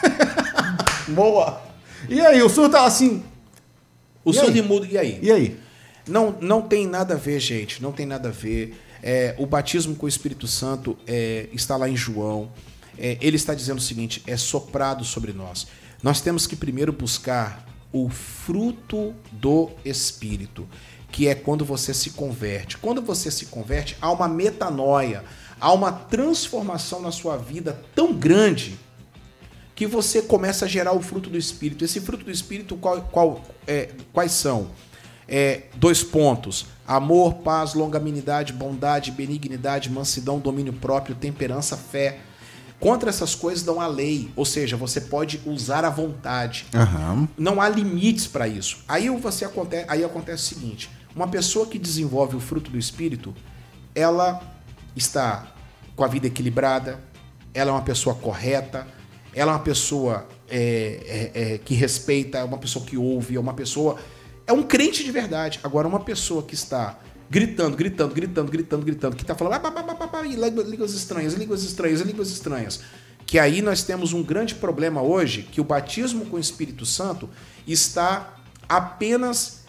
Boa! E aí, o surdo tá assim... O surdo e mudo, e aí? E aí? Não tem nada a ver, gente, não tem nada a ver. O batismo com o Espírito Santo está lá em João. Ele está dizendo o seguinte, é soprado sobre nós. Nós temos que primeiro buscar o fruto do Espírito, que é quando você se converte. Quando você se converte, há uma metanoia, há uma transformação na sua vida tão grande que você começa a gerar o fruto do Espírito. Esse fruto do Espírito, quais são? 2 pontos. Amor, paz, longanimidade, bondade, benignidade, mansidão, domínio próprio, temperança, fé. Contra essas coisas não há lei, ou seja, você pode usar à vontade. Não há limites para isso. Aí acontece o seguinte, uma pessoa que desenvolve o fruto do Espírito, ela está com a vida equilibrada, ela é uma pessoa correta, ela é uma pessoa que respeita, é uma pessoa que ouve, é um crente de verdade. Agora, uma pessoa que está gritando, que está falando línguas estranhas, que aí nós temos um grande problema hoje, que o batismo com o Espírito Santo está apenas...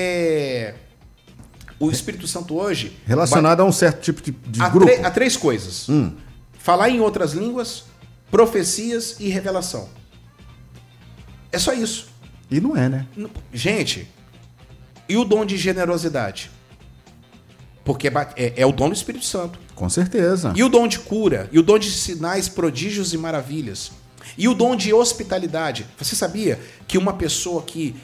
o Espírito Santo hoje... Relacionado a um certo tipo de grupo. Há 3 coisas. Falar em outras línguas, profecias e revelação. É só isso. E não é, né? Gente, e o dom de generosidade? Porque é o dom do Espírito Santo. Com certeza. E o dom de cura? E o dom de sinais, prodígios e maravilhas? E o dom de hospitalidade? Você sabia que uma pessoa que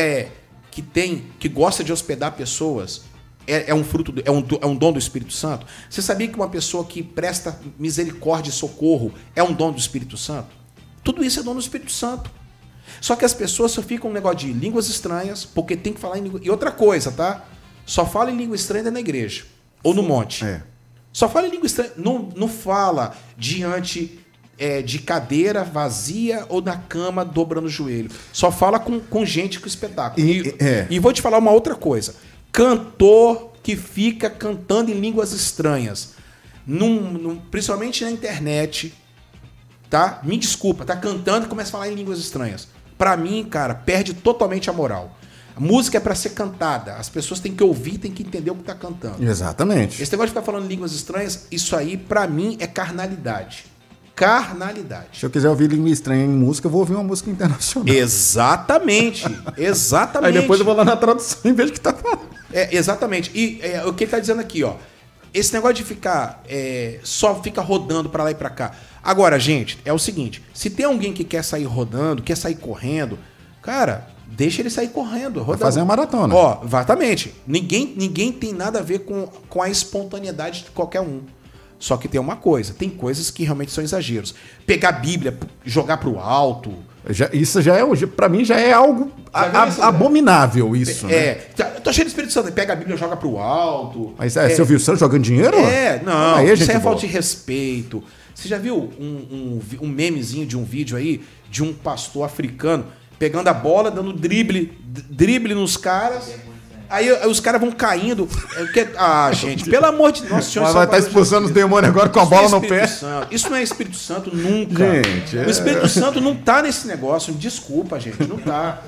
gosta de hospedar pessoas é um dom do Espírito Santo? Você sabia que uma pessoa que presta misericórdia e socorro é um dom do Espírito Santo? Tudo isso é dom do Espírito Santo. Só que as pessoas só ficam um negócio de línguas estranhas, porque tem que falar em língua... E outra coisa, tá? Só fala em língua estranha na igreja. Ou no monte. Só fala em língua estranha. Não fala diante de cadeira vazia ou na cama dobrando o joelho. Só fala com gente com espetáculo. E vou te falar uma outra coisa. Cantor que fica cantando em línguas estranhas. Principalmente na internet. Tá? Me desculpa. Tá cantando e começa a falar em línguas estranhas. Pra mim, cara, perde totalmente a moral. A música é para ser cantada. As pessoas têm que ouvir, têm que entender o que está cantando. Exatamente. Esse negócio de ficar falando línguas estranhas, isso aí, para mim, é carnalidade. carnalidade. Se eu quiser ouvir língua estranha em música, eu vou ouvir uma música internacional. Exatamente. Exatamente. Aí depois eu vou lá na tradução e vejo o que tá falando. Exatamente. E o que ele tá dizendo aqui, ó. Esse negócio de ficar só fica rodando pra lá e pra cá. Agora, gente, é o seguinte. Se tem alguém que quer sair rodando, quer sair correndo, cara, deixa ele sair correndo. Rodando. Vai fazer uma maratona. Ó, exatamente. Ninguém tem nada a ver com a espontaneidade de qualquer um. Só que tem uma coisa. Tem coisas que realmente são exageros. Pegar a Bíblia, jogar pro alto... Isso já é, pra mim, já é algo abominável, isso. Né? Tô cheio de Espírito Santo. Pega a Bíblia e joga pro alto. Mas você ouviu o Santos jogando dinheiro? Não. Aí, isso é falta de respeito. Você já viu um memezinho de um vídeo aí de um pastor africano pegando a bola, dando drible nos caras? Aí os caras vão caindo. Gente, pelo amor de Deus. Mas vai estar expulsando os demônios agora com a bola no pé. Isso não é Espírito Santo nunca. Gente, o Espírito Santo não tá nesse negócio. Desculpa, gente, não tá.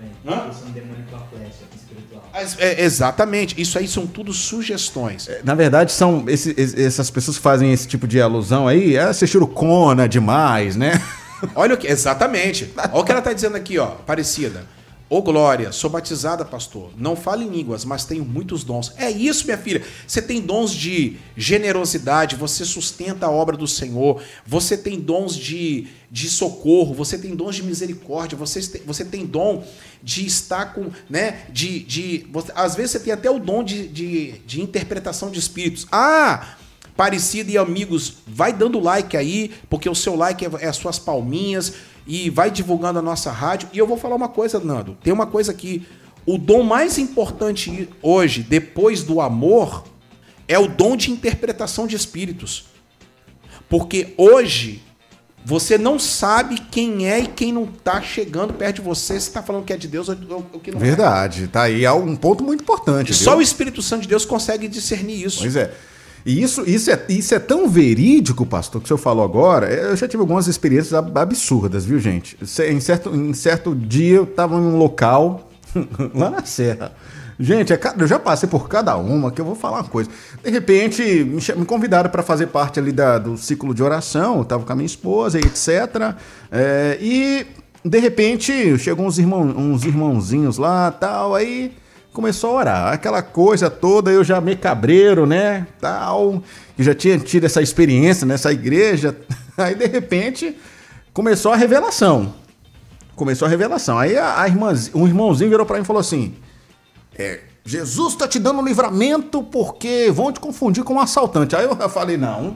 Exatamente. Isso aí são tudo sugestões. Na verdade, são essas pessoas que fazem esse tipo de alusão aí, assistiram Conan demais, né? Olha o que. Exatamente. Olha o que ela tá dizendo aqui, ó. Parecida. Ô Glória, sou batizada, pastor. Não falo em línguas, mas tenho muitos dons. É isso, minha filha. Você tem dons de generosidade, você sustenta a obra do Senhor, você tem dons de socorro, você tem dons de misericórdia, você tem dom de estar com, né? Às vezes você tem até o dom de interpretação de espíritos. Parecida e amigos, vai dando like aí, porque o seu like é as suas palminhas, e vai divulgando a nossa rádio. E eu vou falar uma coisa, Nando. Tem uma coisa aqui. O dom mais importante hoje, depois do amor, é o dom de interpretação de espíritos. Porque hoje você não sabe quem é e quem não está chegando perto de você, se está falando que é de Deus ou que não é. Verdade. Tá aí é um ponto muito importante. Só o Espírito Santo de Deus consegue discernir isso. Pois é. E isso é tão verídico, pastor, que o senhor falou agora. Eu já tive algumas experiências absurdas, viu, gente? Em certo dia eu estava em um local lá na Serra. Gente, eu já passei por cada uma, que eu vou falar uma coisa. De repente, me convidaram para fazer parte ali do ciclo de oração. Eu estava com a minha esposa e etc. E, de repente, chegou uns irmãozinhos lá e tal, aí... começou a orar, aquela coisa toda, eu já meio cabreiro, né, tal, que já tinha tido essa experiência nessa igreja, aí de repente começou a revelação, aí um irmãozinho virou para mim e falou assim, Jesus tá te dando um livramento porque vão te confundir com um assaltante. Aí eu falei, não,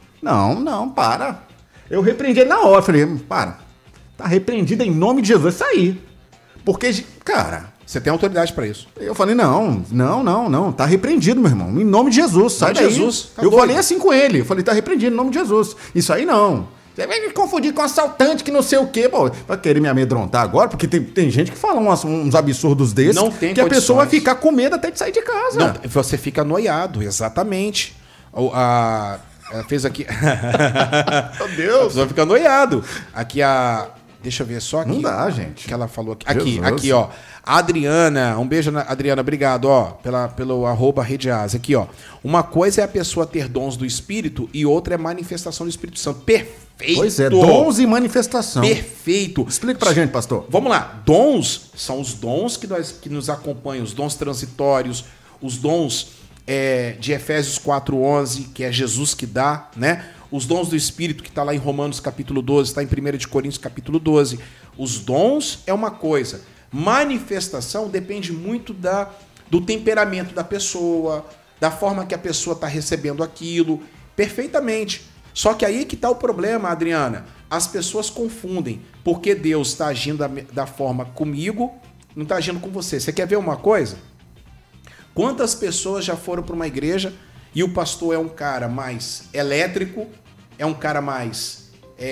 para, eu repreendi ele na hora, falei, para, tá repreendido em nome de Jesus, isso aí, porque, cara... Você tem autoridade para isso. Eu falei, não, tá repreendido, meu irmão, em nome de Jesus, sai daí. Jesus, tá eu doido. falei assim com ele, eu falei, tá repreendido em nome de Jesus, isso aí não. Você vai me confundir com assaltante que não sei o quê, pô, vai querer me amedrontar agora, porque tem gente que fala uns absurdos desses, não tem que condições. A pessoa vai ficar com medo até de sair de casa. Não, você fica noiado, exatamente. Ela fez aqui... Meu Deus. A pessoa fica noiado. Aqui deixa eu ver só aqui. Não dá, gente. Que ela falou aqui. Jesus. Aqui, ó. Adriana, um beijo, Adriana, obrigado, ó, pelo @RedeAsa. Aqui, ó. Uma coisa é a pessoa ter dons do Espírito e outra é manifestação do Espírito Santo. Perfeito. Pois é, dons e manifestação. Perfeito. Explica pra gente, pastor. Vamos lá. Dons são os dons que nos acompanham, os dons transitórios, os dons de Efésios 4:11, que é Jesus que dá, né? Os dons do Espírito, que está lá em Romanos capítulo 12, está em 1 de Coríntios capítulo 12. Os dons é uma coisa. Manifestação depende muito do temperamento da pessoa, da forma que a pessoa está recebendo aquilo, perfeitamente. Só que aí que está o problema, Adriana. As pessoas confundem, porque Deus está agindo da forma comigo, não está agindo com você. Você quer ver uma coisa? Quantas pessoas já foram para uma igreja e o pastor é um cara mais elétrico, é um cara mais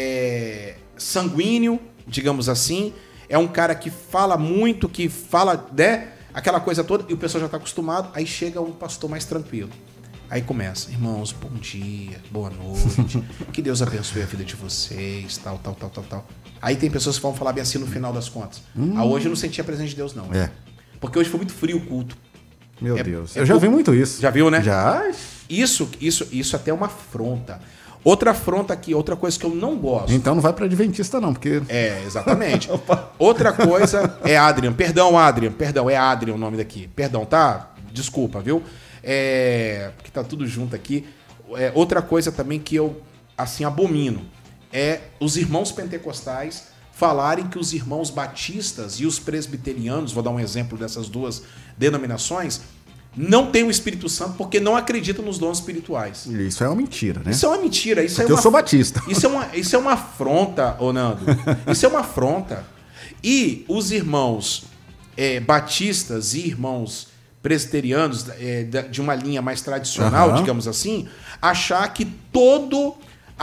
sanguíneo, digamos assim, é um cara que fala muito, que fala, né, aquela coisa toda, e o pessoal já está acostumado, aí chega um pastor mais tranquilo. Aí começa, irmãos, bom dia, boa noite, que Deus abençoe a vida de vocês, tal. Aí tem pessoas que vão falar bem assim no final das contas. Hoje eu não senti a presença de Deus, não. Porque hoje foi muito frio o culto. Meu Deus, eu já vi muito isso. Já viu, né? Já. Isso até é uma afronta. Outra afronta aqui, outra coisa que eu não gosto. Então não vai para Adventista não, porque... Exatamente. Outra coisa é Adrian. Perdão, é Adrian o nome daqui. Perdão, tá? Desculpa, viu? Porque tá tudo junto aqui. Outra coisa também que eu, assim, abomino é os irmãos pentecostais falarem que os irmãos batistas e os presbiterianos, vou dar um exemplo dessas duas denominações, não têm o Espírito Santo porque não acreditam nos dons espirituais. Isso é uma mentira, né? Isso é uma mentira. Eu sou batista. Isso é uma afronta, ô Nando. Isso é uma afronta. E os irmãos batistas e irmãos presbiterianos de uma linha mais tradicional, digamos assim, achar que todo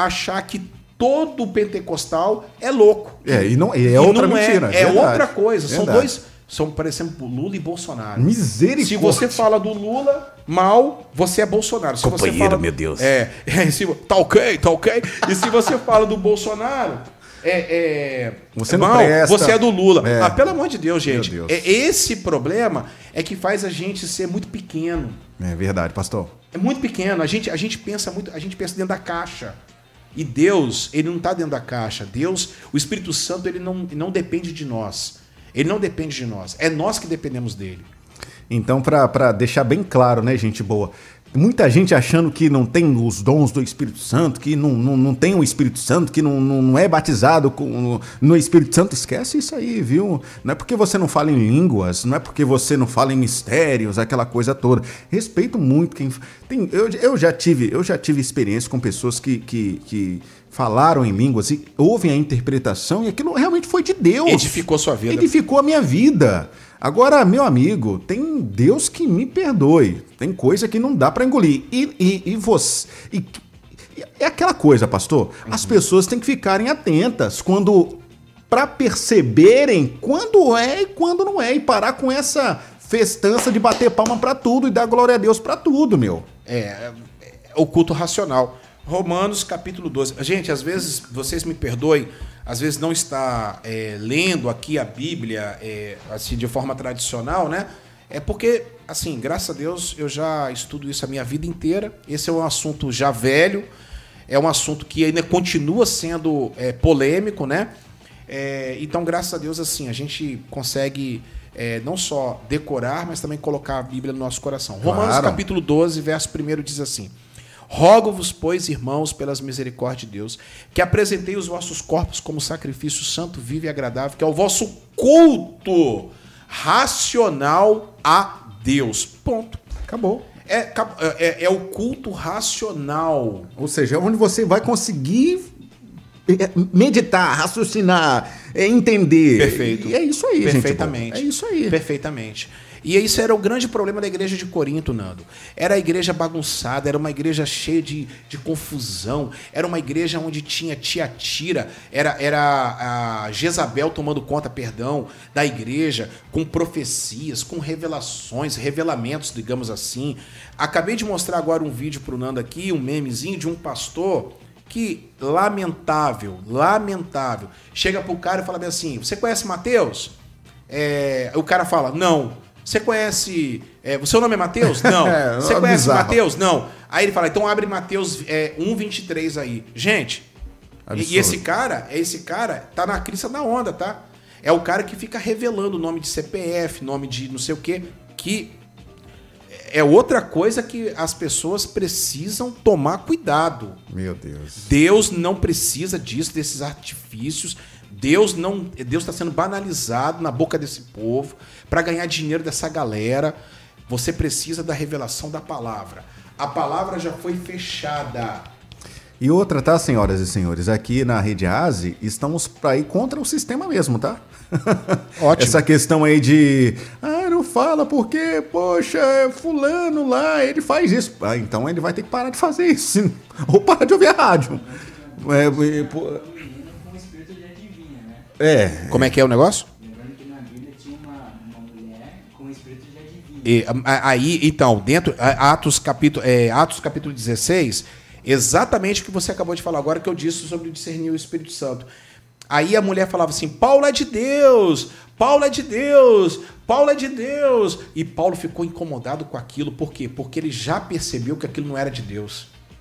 pentecostal é louco. E outra mentira. É outra coisa. São dois... São, por exemplo, Lula e Bolsonaro. Misericórdia. Se você fala do Lula mal, você é Bolsonaro. Se companheiro, você fala, meu Deus. Tá ok. E se você fala do Bolsonaro, você não presta. você é do Lula. Pelo amor de Deus, gente. Deus. Esse problema é que faz a gente ser muito pequeno. É verdade, pastor. É muito pequeno. A gente pensa dentro da caixa. E Deus, ele não está dentro da caixa. Deus, o Espírito Santo, ele não depende de nós. Ele não depende de nós. É nós que dependemos dele. Então, para deixar bem claro, né, gente boa? Muita gente achando que não tem os dons do Espírito Santo, que não tem o Espírito Santo, que não é batizado no Espírito Santo. Esquece isso aí, viu? Não é porque você não fala em línguas, não é porque você não fala em mistérios, aquela coisa toda. Respeito muito quem tem. Eu já tive experiência com pessoas que falaram em línguas e ouvem a interpretação e aquilo realmente foi de Deus. Edificou sua vida. Edificou a minha vida. Agora, meu amigo, tem Deus que me perdoe. Tem coisa que não dá para engolir. É aquela coisa, pastor. As pessoas têm que ficarem atentas para perceberem quando é e quando não é. E parar com essa festança de bater palma para tudo e dar glória a Deus para tudo, meu. É o culto racional. Romanos capítulo 12. Gente, às vezes, vocês me perdoem, às vezes não está lendo aqui a Bíblia assim, de forma tradicional, né? É porque, assim, graças a Deus, eu já estudo isso a minha vida inteira. Esse é um assunto já velho, é um assunto que ainda continua sendo polêmico, né? Então, graças a Deus, assim, a gente consegue não só decorar, mas também colocar a Bíblia no nosso coração. Claro. Romanos capítulo 12, verso 1 diz assim: Rogo-vos, pois, irmãos, pelas misericórdias de Deus, que apresentei os vossos corpos como sacrifício santo, vivo e agradável, que é o vosso culto racional a Deus. Ponto. Acabou. É o culto racional. Ou seja, onde você vai conseguir meditar, raciocinar, entender. Perfeito. E é isso aí, Perfeitamente. Gente. É isso aí. Perfeitamente. E isso era o grande problema da igreja de Corinto, Nando. Era a igreja bagunçada, era uma igreja cheia de confusão, era uma igreja onde tinha Tiatira, era a Jezabel tomando conta, da igreja, com profecias, com revelações, revelamentos, digamos assim. Acabei de mostrar agora um vídeo pro Nando aqui, um memezinho de um pastor que, lamentável, chega pro cara e fala bem assim: você conhece Mateus? O cara fala: não. Você conhece... o seu nome é Mateus? Não. Você conhece bizarro. Mateus? Não. Aí ele fala: então abre Mateus 1:23 aí. Gente, e esse cara tá na crista da onda, tá? É o cara que fica revelando nome de CPF, nome de não sei o quê, que é outra coisa que as pessoas precisam tomar cuidado. Meu Deus. Deus não precisa disso, desses artifícios. Deus está sendo banalizado na boca desse povo para ganhar dinheiro dessa galera. Você precisa da revelação da palavra. A palavra já foi fechada. E outra, tá, senhoras e senhores? Aqui na Rede ASE, estamos para ir contra o sistema mesmo, tá? Ótimo. Essa questão aí de... não fala porque, poxa, fulano lá, ele faz isso. Então ele vai ter que parar de fazer isso. Ou parar de ouvir a rádio. Como é que é o negócio? Lembrando que na Bíblia tinha uma mulher com espírito de adivinha. Aí, então, dentro Atos capítulo 16, exatamente o que você acabou de falar agora, que eu disse sobre discernir o Espírito Santo. Aí a mulher falava assim: Paulo é de Deus, Paulo é de Deus, Paulo é de Deus. E Paulo ficou incomodado com aquilo. Por quê? Porque ele já percebeu que aquilo não era de Deus.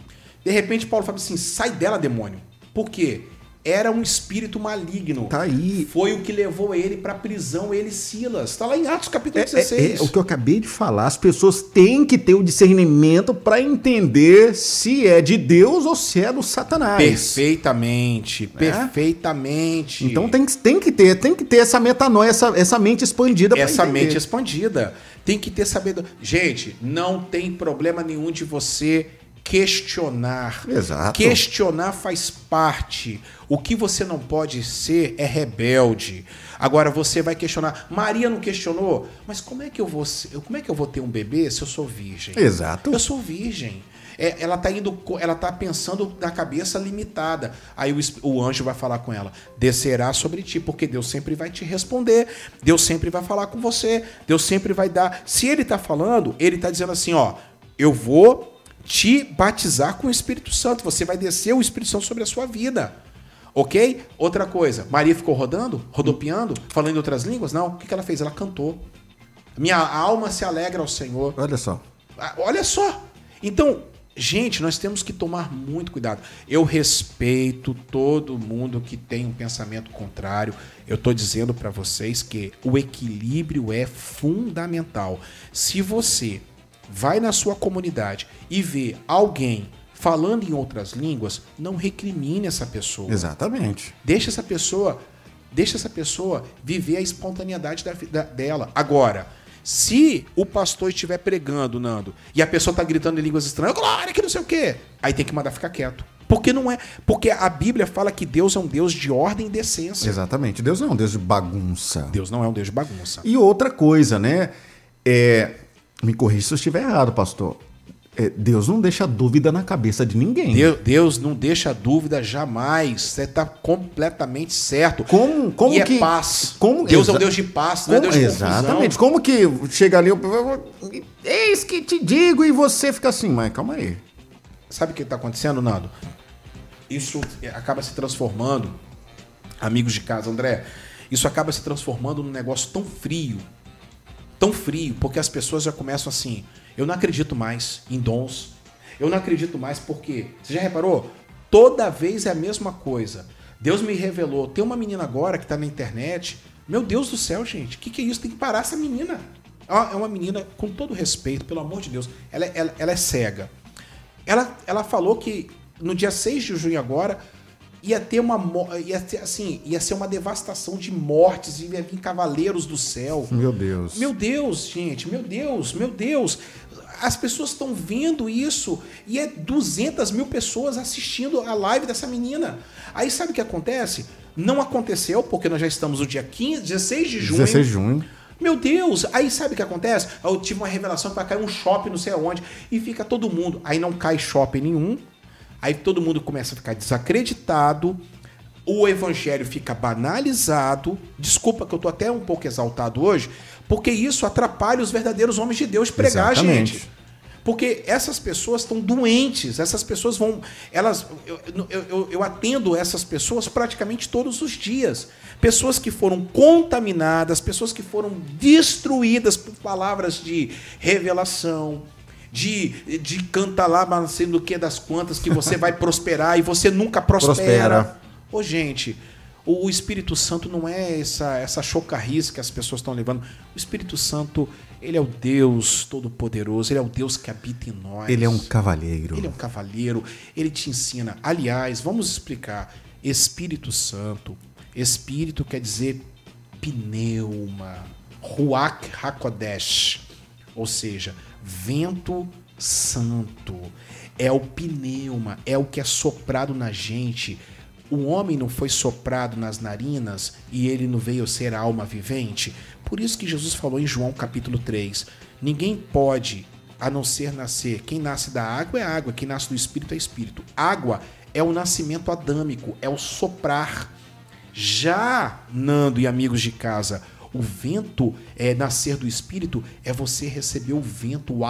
De repente Paulo fala assim, sai dela, demônio. Por quê? Era um espírito maligno. Tá aí. Foi o que levou ele para a prisão, ele e Silas. Está lá em Atos capítulo 16. É o que eu acabei de falar. As pessoas têm que ter o discernimento para entender se é de Deus ou se é do Satanás. Perfeitamente. Perfeitamente. Então tem que ter essa metanoia, essa mente expandida. Essa mente expandida. Tem que ter sabedoria. Gente, não tem problema nenhum de você questionar. Exato. Questionar faz parte. O que você não pode ser é rebelde. Agora você vai questionar. Maria não questionou, mas como é que eu vou ter um bebê se eu sou virgem? Exato. Eu sou virgem. Ela tá pensando na cabeça limitada. Aí o anjo vai falar com ela: descerá sobre ti, porque Deus sempre vai te responder. Deus sempre vai falar com você. Deus sempre vai dar. Se ele tá falando, ele tá dizendo assim, ó, eu vou te batizar com o Espírito Santo. Você vai descer o Espírito Santo sobre a sua vida. Ok? Outra coisa. Maria ficou rodopiando, falando em outras línguas? Não. O que ela fez? Ela cantou. Minha alma se alegra ao Senhor. Olha só. Olha só. Então, gente, nós temos que tomar muito cuidado. Eu respeito todo mundo que tem um pensamento contrário. Eu estou dizendo para vocês que o equilíbrio é fundamental. Se você vai na sua comunidade e vê alguém falando em outras línguas, não recrimine essa pessoa. Exatamente. Deixa essa pessoa viver a espontaneidade dela. Agora, se o pastor estiver pregando, Nando, e a pessoa está gritando em línguas estranhas, glória, que não sei o quê, aí tem que mandar ficar quieto. Porque a Bíblia fala que Deus é um Deus de ordem e decência. Exatamente. Deus não é um Deus de bagunça. Deus não é um Deus de bagunça. E outra coisa, né? Me corrija se eu estiver errado, pastor. Deus não deixa dúvida na cabeça de ninguém. Deus não deixa dúvida jamais. Você está completamente certo. Como e que, é paz. Deus é um Deus de paz, não é Deus de confusão. Exatamente. Como que chega ali, eis que te digo, e você fica assim, mas calma aí. Sabe o que está acontecendo, Nando? Isso acaba se transformando, amigos de casa, André, isso acaba se transformando num negócio tão frio, porque as pessoas já começam assim, eu não acredito mais em dons, eu não acredito mais porque, você já reparou? Toda vez é a mesma coisa. Deus me revelou, tem uma menina agora que está na internet, meu Deus do céu, gente, o que é isso? Tem que parar essa menina. É uma menina, com todo respeito, pelo amor de Deus, ela é cega. Ela falou que no dia 6 de junho agora ia ser uma devastação de mortes, ia vir cavaleiros do céu. Meu Deus. Meu Deus, gente, meu Deus. As pessoas estão vendo isso e 200 mil pessoas assistindo a live dessa menina. Aí sabe o que acontece? Não aconteceu, porque nós já estamos no dia 16 de junho. 16 de junho. Meu Deus, aí sabe o que acontece? Eu tive uma revelação que vai cair um shopping não sei aonde e fica todo mundo. Aí não cai shopping nenhum, aí todo mundo começa a ficar desacreditado, o evangelho fica banalizado. Desculpa que eu tô até um pouco exaltado hoje, porque isso atrapalha os verdadeiros homens de Deus pregar, exatamente, gente. Porque essas pessoas estão doentes, essas pessoas vão... Eu atendo essas pessoas praticamente todos os dias. Pessoas que foram contaminadas, pessoas que foram destruídas por palavras de revelação, de canta lá, mas não sei do que das quantas, que você vai prosperar e você nunca prospera. Ô, gente, o Espírito Santo não é essa chocarrice que as pessoas estão levando. O Espírito Santo, ele é o Deus Todo-Poderoso, ele é o Deus que habita em nós. Ele é um cavalheiro. Ele é um cavalheiro, ele te ensina. Aliás, vamos explicar. Espírito Santo, Espírito quer dizer pneuma, Ruach HaKodesh, ou seja, vento santo. É o pneuma, é o que é soprado na gente. O homem não foi soprado nas narinas e ele não veio ser a alma vivente? Por isso que Jesus falou em João capítulo 3, ninguém pode, a não ser nascer. Quem nasce da água é água, quem nasce do Espírito é Espírito. Água é o nascimento adâmico, é o soprar. Já, Nando e amigos de casa, o vento nascer do Espírito é você receber o vento, o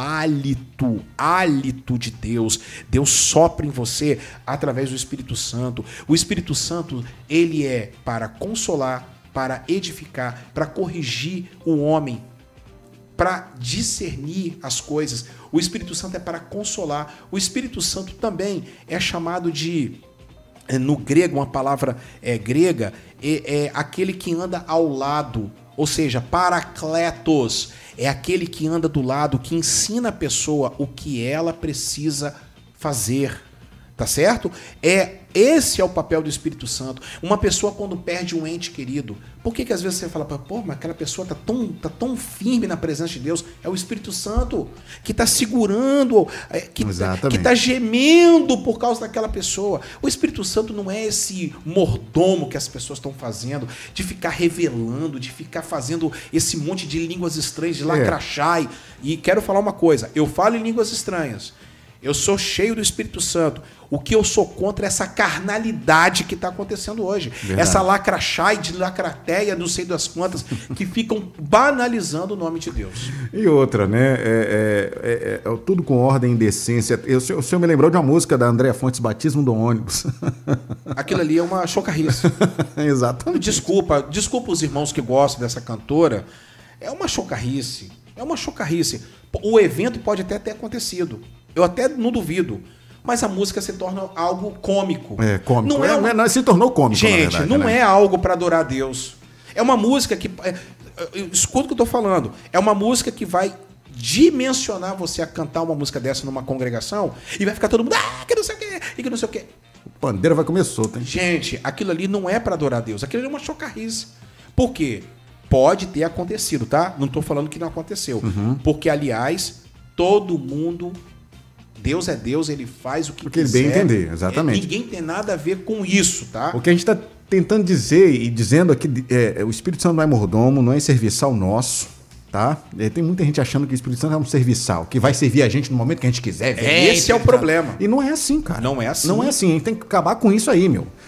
hálito de Deus. Deus sopra em você através do Espírito Santo. O Espírito Santo, ele é para consolar, para edificar, para corrigir o homem. para discernir as coisas. O Espírito Santo é para consolar. O Espírito Santo também é chamado de, no grego, uma palavra grega, é aquele que anda ao lado. Ou seja, paracletos, é aquele que anda do lado, que ensina a pessoa o que ela precisa fazer. Tá certo? Esse é o papel do Espírito Santo. Uma pessoa quando perde um ente querido, por que às vezes você fala, pô, mas aquela pessoa tá tão firme na presença de Deus? É o Espírito Santo que tá segurando, que tá gemendo por causa daquela pessoa. O Espírito Santo não é esse mordomo que as pessoas estão fazendo, de ficar revelando, de ficar fazendo esse monte de línguas estranhas, de lacrachai. E quero falar uma coisa, eu falo em línguas estranhas, eu sou cheio do Espírito Santo. O que eu sou contra é essa carnalidade que está acontecendo hoje. Verdade. Essa lacrachai de lacrateia, não sei das quantas, que ficam banalizando o nome de Deus. E outra, né? Tudo com ordem e decência. O senhor me lembrou de uma música da Andréa Fontes, Batismo do Ônibus. Aquilo ali é uma chocarrice. Exatamente. Desculpa os irmãos que gostam dessa cantora. É uma chocarrice. É uma chocarrice. O evento pode até ter acontecido. Eu até não duvido. Mas a música se torna algo cômico. Cômico. Não se tornou cômico, gente, na verdade, não né? é algo para adorar a Deus. É uma música que... escuta o que eu estou falando. É uma música que vai dimensionar você a cantar uma música dessa numa congregação e vai ficar todo mundo... que não sei o quê, e que não sei o quê. O pandeiro vai comer solto, hein? Gente, aquilo ali não é para adorar a Deus. Aquilo ali é uma chocarrice. Por quê? Pode ter acontecido, tá? Não estou falando que não aconteceu. Porque, aliás, todo mundo... Deus é Deus, ele faz o que quiser. Porque ele bem entender, exatamente. Ninguém tem nada a ver com isso, tá? O que a gente está tentando dizer e dizendo aqui, o Espírito Santo não é mordomo, não é serviçal nosso, tá? Tem muita gente achando que o Espírito Santo é um serviçal, que vai servir a gente no momento que a gente quiser. Esse é o problema. E não é assim, cara. Não é assim. Não é assim, a gente tem que acabar com isso aí, meu.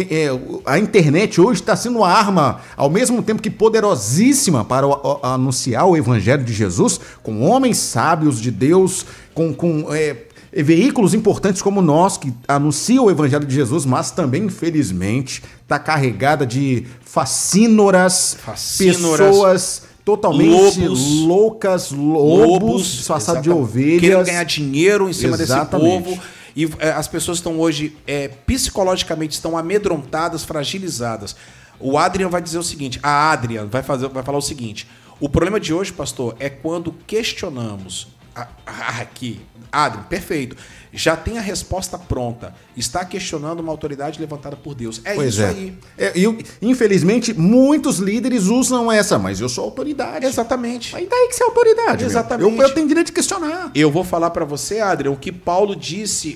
A internet hoje está sendo uma arma, ao mesmo tempo que poderosíssima para anunciar o Evangelho de Jesus, com homens sábios de Deus, com veículos importantes como nós, que anunciam o Evangelho de Jesus, mas também, infelizmente, está carregada de fascínoras, pessoas totalmente loucas, lobos disfarçados de ovelhas. Querendo ganhar dinheiro em cima desse povo. E as pessoas estão hoje, psicologicamente, estão amedrontadas, fragilizadas. O Adrian vai dizer o seguinte, a Adrian vai falar o seguinte, o problema de hoje, pastor, é quando questionamos, aqui, Adrian, perfeito, já tem a resposta pronta, está questionando uma autoridade levantada por Deus. Aí. Infelizmente, muitos líderes usam essa, mas eu sou autoridade. Exatamente. Aí daí que você é autoridade. Exatamente. Eu tenho direito de questionar. Eu vou falar para você, Adrian, o que Paulo disse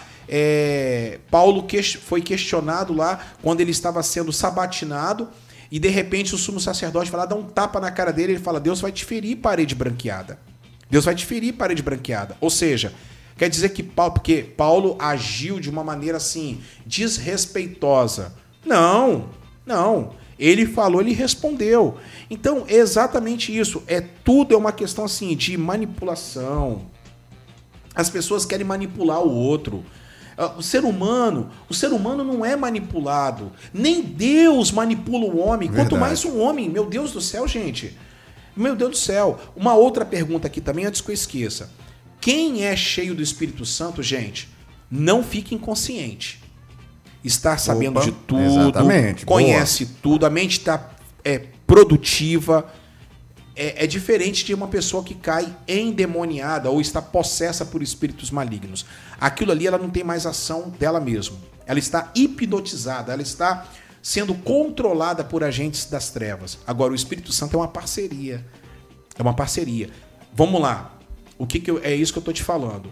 Paulo foi questionado lá quando ele estava sendo sabatinado e de repente o sumo sacerdote vai lá, dá um tapa na cara dele e ele fala, Deus vai te ferir, parede branqueada. Deus vai te ferir, parede branqueada. Ou seja, quer dizer que porque Paulo agiu de uma maneira assim, desrespeitosa. Não. Ele falou, ele respondeu. Então, é exatamente isso. Tudo é uma questão assim de manipulação. As pessoas querem manipular o outro. O ser humano não é manipulado. Nem Deus manipula o homem. Verdade. Quanto mais um homem. Meu Deus do céu, gente. Meu Deus do céu. Uma outra pergunta aqui também, antes que eu esqueça. Quem é cheio do Espírito Santo, gente, não fica inconsciente. Está sabendo de tudo, exatamente, conhece tudo, a mente está produtiva. É diferente de uma pessoa que cai endemoniada ou está possessa por espíritos malignos. Aquilo ali, ela não tem mais ação dela mesma. Ela está hipnotizada, ela está sendo controlada por agentes das trevas. Agora, o Espírito Santo é uma parceria. É uma parceria. Vamos lá. É isso que eu estou te falando.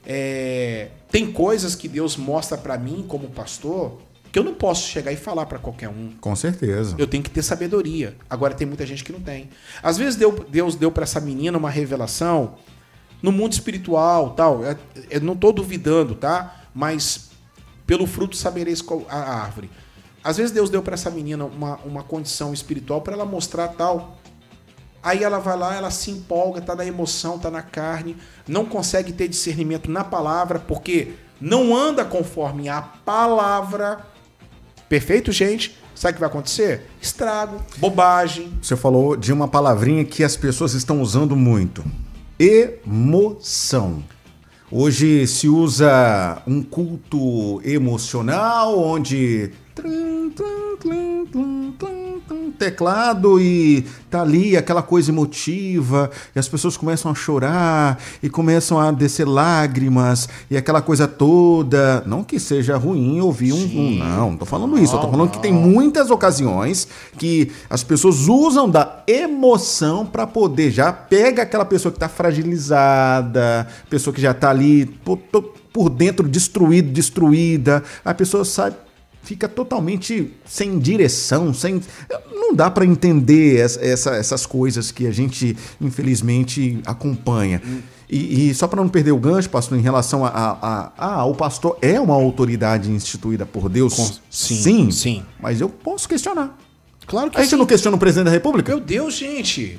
Tem coisas que Deus mostra para mim como pastor que eu não posso chegar e falar para qualquer um. Com certeza. Eu tenho que ter sabedoria. Agora tem muita gente que não tem. Às vezes Deus deu para essa menina uma revelação no mundo espiritual, tal. Eu não estou duvidando, tá? Mas pelo fruto sabereis qual a árvore. Às vezes Deus deu para essa menina uma condição espiritual para ela mostrar tal. Aí ela vai lá, ela se empolga, tá na emoção, tá na carne, não consegue ter discernimento na palavra, porque não anda conforme a palavra. Perfeito, gente? Sabe o que vai acontecer? Estrago, bobagem. Você falou de uma palavrinha que as pessoas estão usando muito. Emoção. Hoje se usa um culto emocional, onde teclado e tá ali aquela coisa emotiva e as pessoas começam a chorar e começam a descer lágrimas e aquela coisa toda. Não que seja ruim ouvir não tô falando isso, eu tô falando que tem muitas ocasiões que as pessoas usam da emoção para poder, já pega aquela pessoa que tá fragilizada, pessoa que já tá ali por dentro destruída, a pessoa sai, fica totalmente sem direção, não dá para entender essas coisas que a gente, infelizmente, acompanha. E só para não perder o gancho, pastor, em relação o pastor é uma autoridade instituída por Deus? Sim. Mas eu posso questionar. Claro que a gente não questiona o presidente da República? Meu Deus, gente.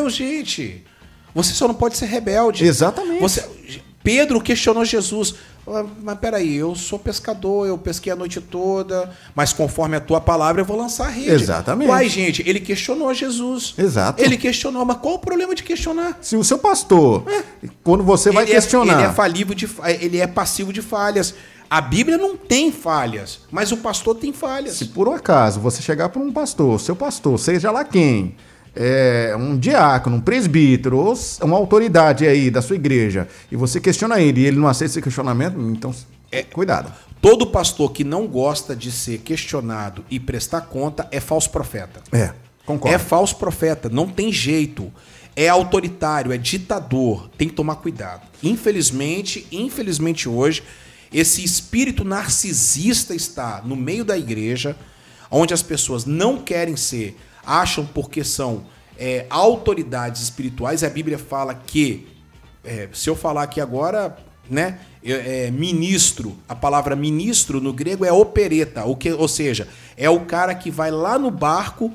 Você só não pode ser rebelde. Exatamente. Pedro questionou Jesus. Mas peraí, eu sou pescador, eu pesquei a noite toda, mas conforme a tua palavra eu vou lançar a rede. Exatamente. Uai, gente, ele questionou Jesus. Exato. Ele questionou, mas qual o problema de questionar? Se o seu pastor, quando você vai questionar... Ele é passivo de falhas. A Bíblia não tem falhas, mas o pastor tem falhas. Se por um acaso você chegar para um pastor, seu pastor, seja lá quem... um diácono, um presbítero, ou uma autoridade aí da sua igreja, e você questiona ele e ele não aceita esse questionamento, então cuidado. Todo pastor que não gosta de ser questionado e prestar conta é falso profeta. Concordo. É falso profeta, não tem jeito. É autoritário, é ditador, tem que tomar cuidado. Infelizmente hoje, esse espírito narcisista está no meio da igreja, onde as pessoas não querem ser, acham porque são autoridades espirituais. A Bíblia fala que, se eu falar aqui agora, né, ministro, a palavra ministro no grego é opereta, ou seja, é o cara que vai lá no barco,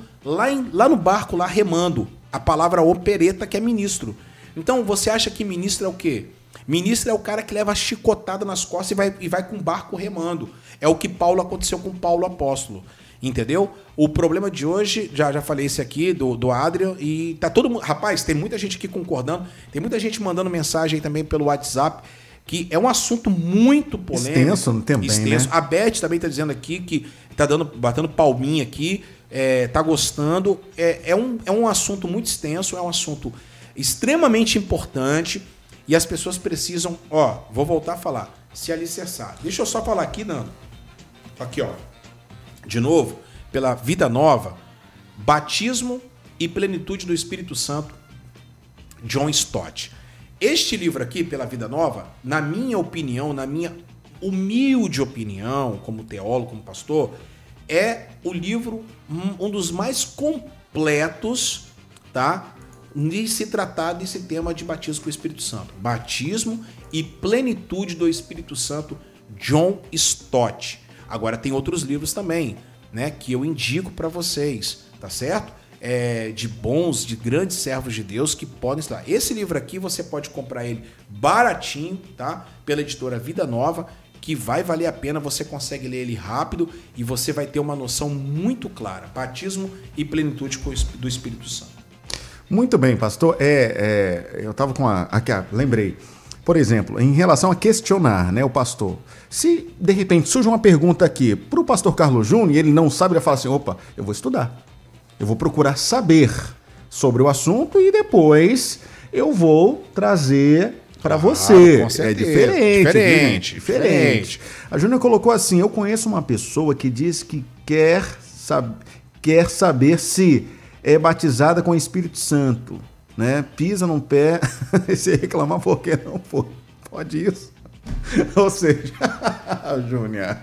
lá remando. A palavra opereta que é ministro. Então você acha que ministro é o quê? Ministro é o cara que leva a chicotada nas costas e vai com o barco remando. É o que aconteceu com Paulo apóstolo. Entendeu? O problema de hoje, já falei esse aqui, do Adrian, e tá todo mundo... Rapaz, tem muita gente aqui concordando, tem muita gente mandando mensagem aí também pelo WhatsApp, que é um assunto muito polêmico. Extenso também, né? A Beth também tá dizendo aqui que tá batendo palminha aqui, tá gostando. É um assunto muito extenso, é um assunto extremamente importante, e as pessoas precisam, vou voltar a falar, se alicerçar. Deixa eu só falar aqui, Nando. Aqui, de novo, pela Vida Nova, Batismo e Plenitude do Espírito Santo, John Stott. Este livro aqui, pela Vida Nova, na minha opinião, na minha humilde opinião, como teólogo, como pastor, é o livro, um dos mais completos, tá? De se tratar desse tema de batismo com o Espírito Santo. Batismo e Plenitude do Espírito Santo, John Stott. Agora tem outros livros também, né, que eu indico para vocês, tá certo? De grandes servos de Deus que podem estar. Esse livro aqui você pode comprar ele baratinho, tá? Pela editora Vida Nova, que vai valer a pena, você consegue ler ele rápido e você vai ter uma noção muito clara. Batismo e Plenitude do Espírito Santo. Muito bem, pastor. Eu estava com lembrei. Por exemplo, em relação a questionar, né, o pastor. Se, de repente, surge uma pergunta aqui para o pastor Carlos Júnior e ele não sabe, ele fala assim, opa, eu vou estudar. Eu vou procurar saber sobre o assunto e depois eu vou trazer para você. Com certeza. É diferente. A Júnior colocou assim, eu conheço uma pessoa que diz que quer saber se é batizada com o Espírito Santo. Né? Pisa num pé e se reclamar porque não foi. Pode isso. Ou seja, Júnior.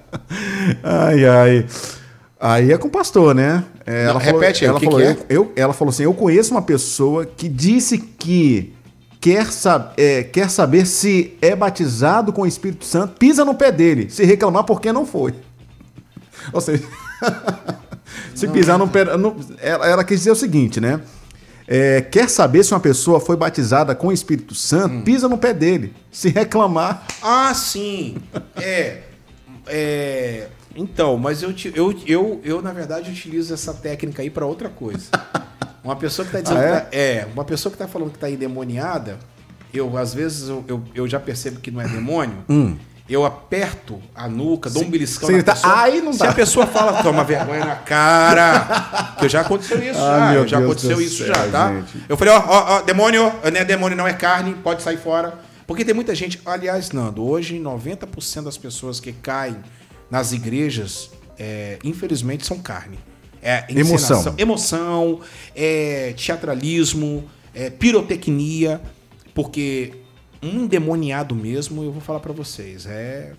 Ai. Aí é com o pastor, né? Repete aí, ela falou assim, eu conheço uma pessoa que disse que quer saber se é batizado com o Espírito Santo, pisa no pé dele, se reclamar porque não foi. Ou seja, se pisar no pé... Ela quis dizer o seguinte, né? Quer saber se uma pessoa foi batizada com o Espírito Santo, pisa no pé dele. Se reclamar... Ah, sim. Então, mas eu na verdade, utilizo essa técnica aí para outra coisa. Uma pessoa que está dizendo uma pessoa que está falando que está endemoniada, às vezes eu já percebo que não é demônio. Eu aperto a nuca, dou um beliscão na pessoa. Aí não dá. Se a pessoa fala, toma vergonha na cara. Porque já aconteceu isso, já aconteceu isso, tá? Gente. Eu falei, ó, demônio, não é demônio, não é carne, pode sair fora. Porque tem muita gente, aliás, Nando, hoje 90% das pessoas que caem nas igrejas, infelizmente, são carne. Emoção, teatralismo, pirotecnia, porque um endemoniado mesmo, eu vou falar para vocês,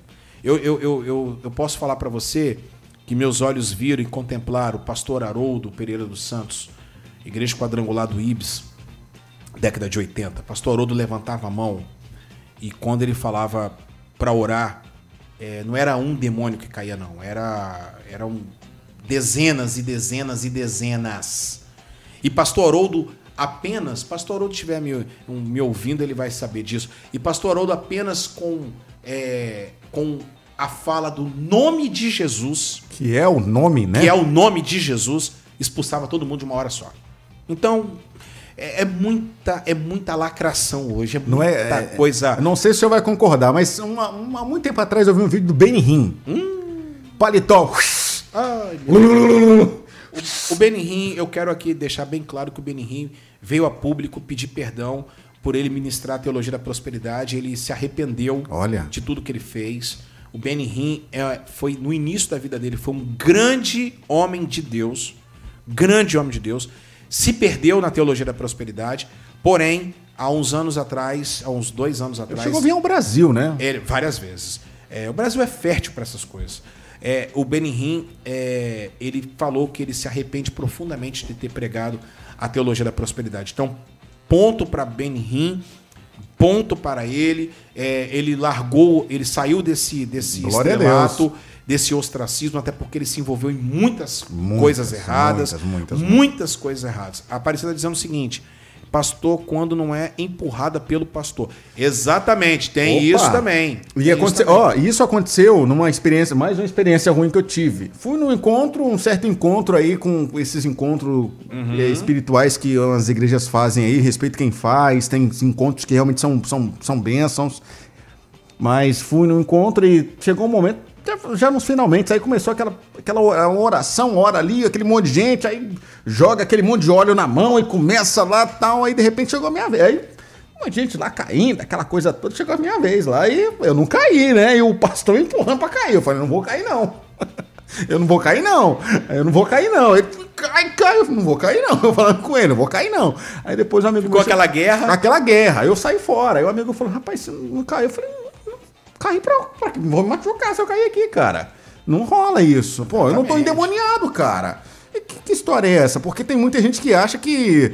eu posso falar para você que meus olhos viram e contemplaram o pastor Haroldo Pereira dos Santos, Igreja Quadrangular do Ibis, década de 80. Pastor Haroldo levantava a mão e quando ele falava para orar, não era um demônio que caía, não. Eram dezenas e dezenas e dezenas. E pastor Haroldo estiver me ouvindo, ele vai saber disso. E pastor Haroldo apenas com a fala do nome de Jesus, que é o nome, né? Que é o nome de Jesus, expulsava todo mundo de uma hora só. Então, é muita lacração hoje, muita coisa. Não sei se o senhor vai concordar, mas há muito tempo atrás eu vi um vídeo do Benny Hinn. Paletó. Ai, o Benny Hinn, eu quero aqui deixar bem claro que o Benny Hinn veio a público pedir perdão por ele ministrar a teologia da prosperidade. Ele se arrependeu de tudo que ele fez. O Benny Hinn foi, no início da vida dele, foi um grande homem de Deus. Grande homem de Deus. Se perdeu na teologia da prosperidade. Porém, há uns 2 anos atrás... Chegou a vir ao Brasil, né? Várias vezes. O Brasil é fértil para essas coisas. O Benny Hinn, ele falou que ele se arrepende profundamente de ter pregado a teologia da prosperidade. Então, ponto para Benny Hinn, ponto para ele. Ele saiu desse estrelato, desse ostracismo, até porque ele se envolveu em muitas coisas erradas. Muitas coisas erradas. A Aparecida dizendo o seguinte: pastor, quando não é empurrada pelo pastor. Exatamente, tem isso também. Isso aconteceu numa experiência, mais uma experiência ruim que eu tive. Fui num encontro, um certo encontro aí, com esses encontros espirituais que as igrejas fazem aí, respeito quem faz, tem encontros que realmente são bênçãos. Mas fui num encontro e chegou um momento, já nos finalmente, aí começou aquela oração, ora ali, aquele monte de gente, aí joga aquele monte de óleo na mão e começa lá e tal, aí de repente chegou a minha vez. Aí um monte de gente lá caindo, aquela coisa toda, chegou a minha vez lá e eu não caí, né? E o pastor empurrando pra cair. Eu falei, não vou cair não. Eu não vou cair não. Ele cai, eu não vou cair não. Eu falando com ele, não vou cair não. Aí depois o amigo... Ficou aquela guerra? Aquela guerra. Aí eu saí fora. Aí o amigo falou, rapaz, você não caiu? Eu falei, caí pra que vou me machucar se eu cair aqui, cara. Não rola isso. Pô, eu não tô endemoniado, cara. Que história é essa? Porque tem muita gente que acha que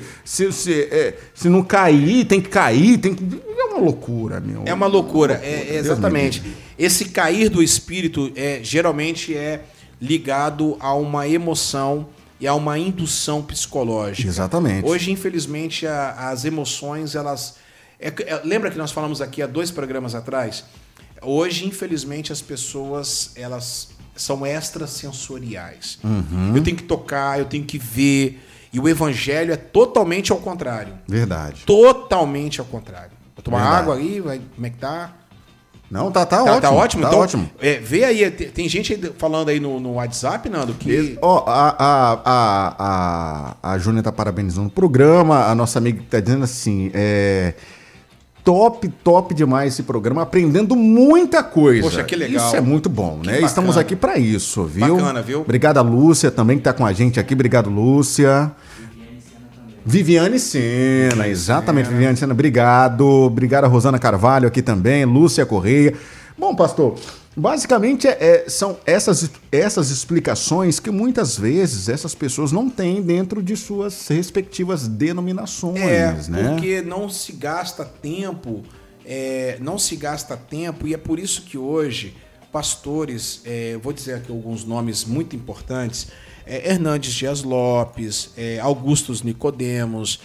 se não cair, tem que cair, É uma loucura, meu. É uma loucura, exatamente. Esse cair do espírito geralmente é ligado a uma emoção e a uma indução psicológica. Exatamente. Hoje, infelizmente, as emoções, elas... lembra que nós falamos aqui há 2 programas atrás? Hoje, infelizmente, as pessoas, elas são extrasensoriais. Eu tenho que tocar, eu tenho que ver. E o evangelho é totalmente ao contrário. Verdade. Totalmente ao contrário. Vou tomar água aí, como é que tá? Não, tá ótimo. Tá ótimo? Tá então, ótimo. Vê aí, tem gente aí falando aí no WhatsApp, Nando, que... A Júnia tá parabenizando o programa, a nossa amiga tá dizendo assim, top demais esse programa, aprendendo muita coisa. Poxa, que legal. Isso é muito bom, né? Bacana. Estamos aqui para isso, viu? Bacana, viu? Obrigado a Lúcia também, que tá com a gente aqui. Obrigado, Lúcia. Viviane Sena, exatamente, Viviane Sena. Obrigado a Rosana Carvalho aqui também, Lúcia Correia. Bom, pastor, basicamente são essas explicações que muitas vezes essas pessoas não têm dentro de suas respectivas denominações, né? Porque não se gasta tempo, e é por isso que hoje pastores, vou dizer aqui alguns nomes muito importantes, Hernandes Dias Lopes, Augustus Nicodemos,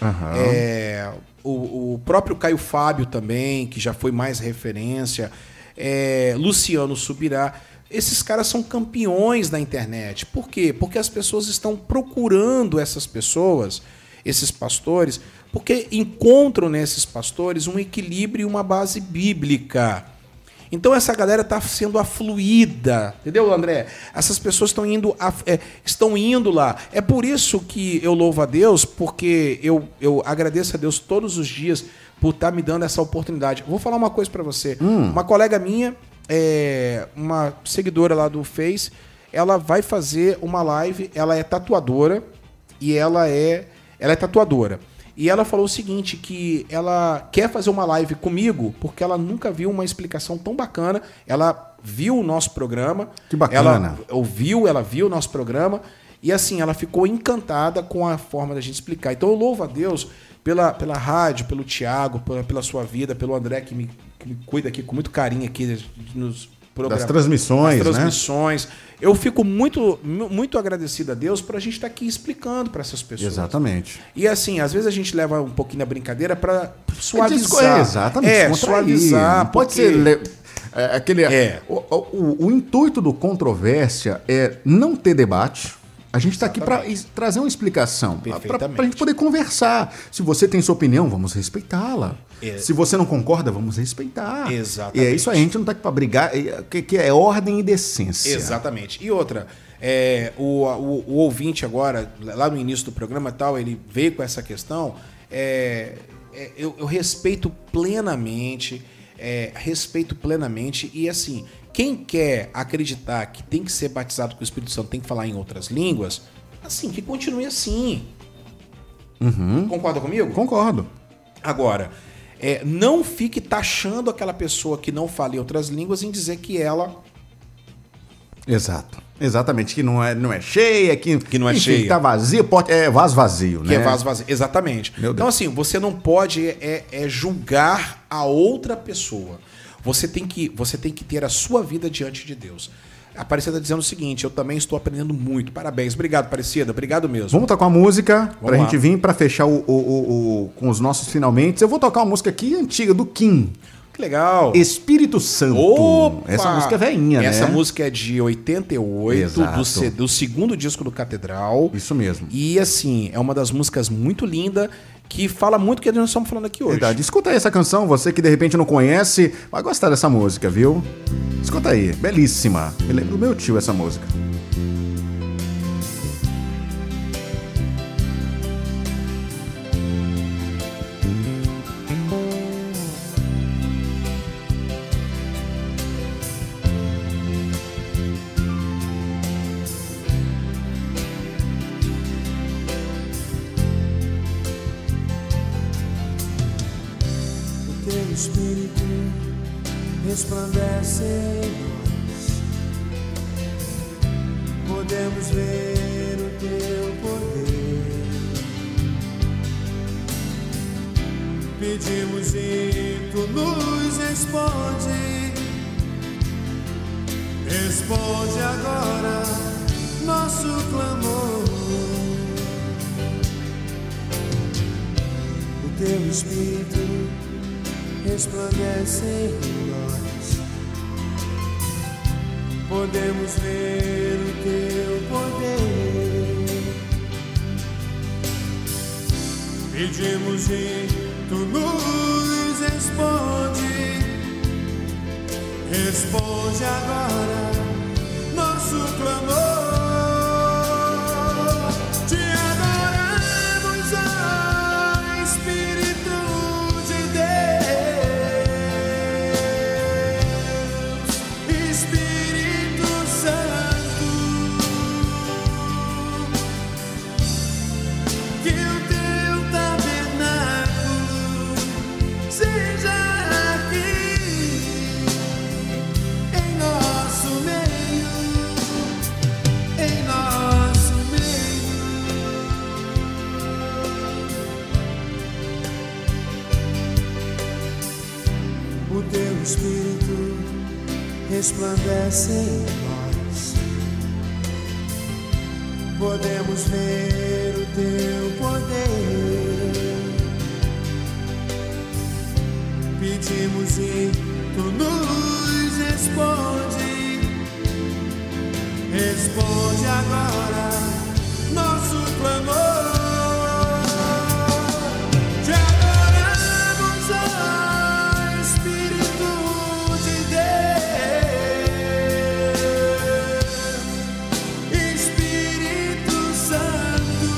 o próprio Caio Fábio também, que já foi mais referência, Luciano Subirá, Esses caras são campeões da internet. Por quê? Porque as pessoas estão procurando essas pessoas, esses pastores, porque encontram nesses pastores um equilíbrio e uma base bíblica. Então essa galera está sendo afluída, entendeu, André? Essas pessoas estão indo lá. É por isso que eu louvo a Deus, porque eu agradeço a Deus todos os dias por estar me dando essa oportunidade. Vou falar uma coisa para você. Uma colega minha, uma seguidora lá do Face, ela vai fazer uma live, ela é tatuadora, e ela é tatuadora. E ela falou o seguinte, que ela quer fazer uma live comigo porque ela nunca viu uma explicação tão bacana. Ela viu o nosso programa. Que bacana. Ela viu o nosso programa e assim, ela ficou encantada com a forma da gente explicar. Então eu louvo a Deus pela rádio, pelo Thiago, pela sua vida, pelo André que me cuida aqui com muito carinho aqui nos programas. Das transmissões, né? Eu fico muito, muito agradecido a Deus por a gente estar aqui explicando para essas pessoas. Exatamente. E assim, às vezes a gente leva um pouquinho na brincadeira para suavizar. Exatamente. Suavizar. Pode ser aquele. O intuito do Controvérsia é não ter debate. A gente está aqui para trazer uma explicação, para a gente poder conversar. Se você tem sua opinião, vamos respeitá-la. Se você não concorda, vamos respeitar. Exatamente. E é isso aí, a gente não está aqui para brigar, que é ordem e decência. Exatamente. E outra, o ouvinte agora, lá no início do programa tal, ele veio com essa questão, eu respeito plenamente, e assim, quem quer acreditar que tem que ser batizado com o Espírito Santo, tem que falar em outras línguas, assim, que continue assim. Concorda comigo? Concordo. Agora, não fique taxando aquela pessoa que não fala em outras línguas em dizer que ela... Exato. Exatamente, que não é cheia, que não é cheia. Que tá vazio, é vaso vazio, né? Que é vaso vazio, exatamente. Então assim, você não pode julgar a outra pessoa. Você tem que ter a sua vida diante de Deus. A Aparecida está dizendo o seguinte, eu também estou aprendendo muito. Parabéns. Obrigado, Aparecida. Obrigado mesmo. Vamos tocar uma música para a gente vir para fechar com os nossos finalmente. Eu vou tocar uma música aqui antiga, do Kim. Que legal. Espírito Santo. Opa! Essa música é velhinha, né? Essa música é de 88, do segundo disco do Catedral. Isso mesmo. E assim, é uma das músicas muito linda, que fala muito o que nós estamos falando aqui hoje. Verdade. Escuta aí essa canção, você que de repente não conhece, vai gostar dessa música, viu? Escuta aí, belíssima. Me lembra do meu tio essa música. Espírito resplandece em nós, podemos ver o teu poder, pedimos e tu nos responde agora nosso clamor, o teu Espírito resplandece em nós, podemos ver o teu poder, pedimos e tu nos responde agora nosso clamor. Espírito resplandece em nós, podemos ver o teu poder, pedimos e tu nos responde agora nosso clamor. Te adoramos, ó Espírito de Deus, Espírito Santo,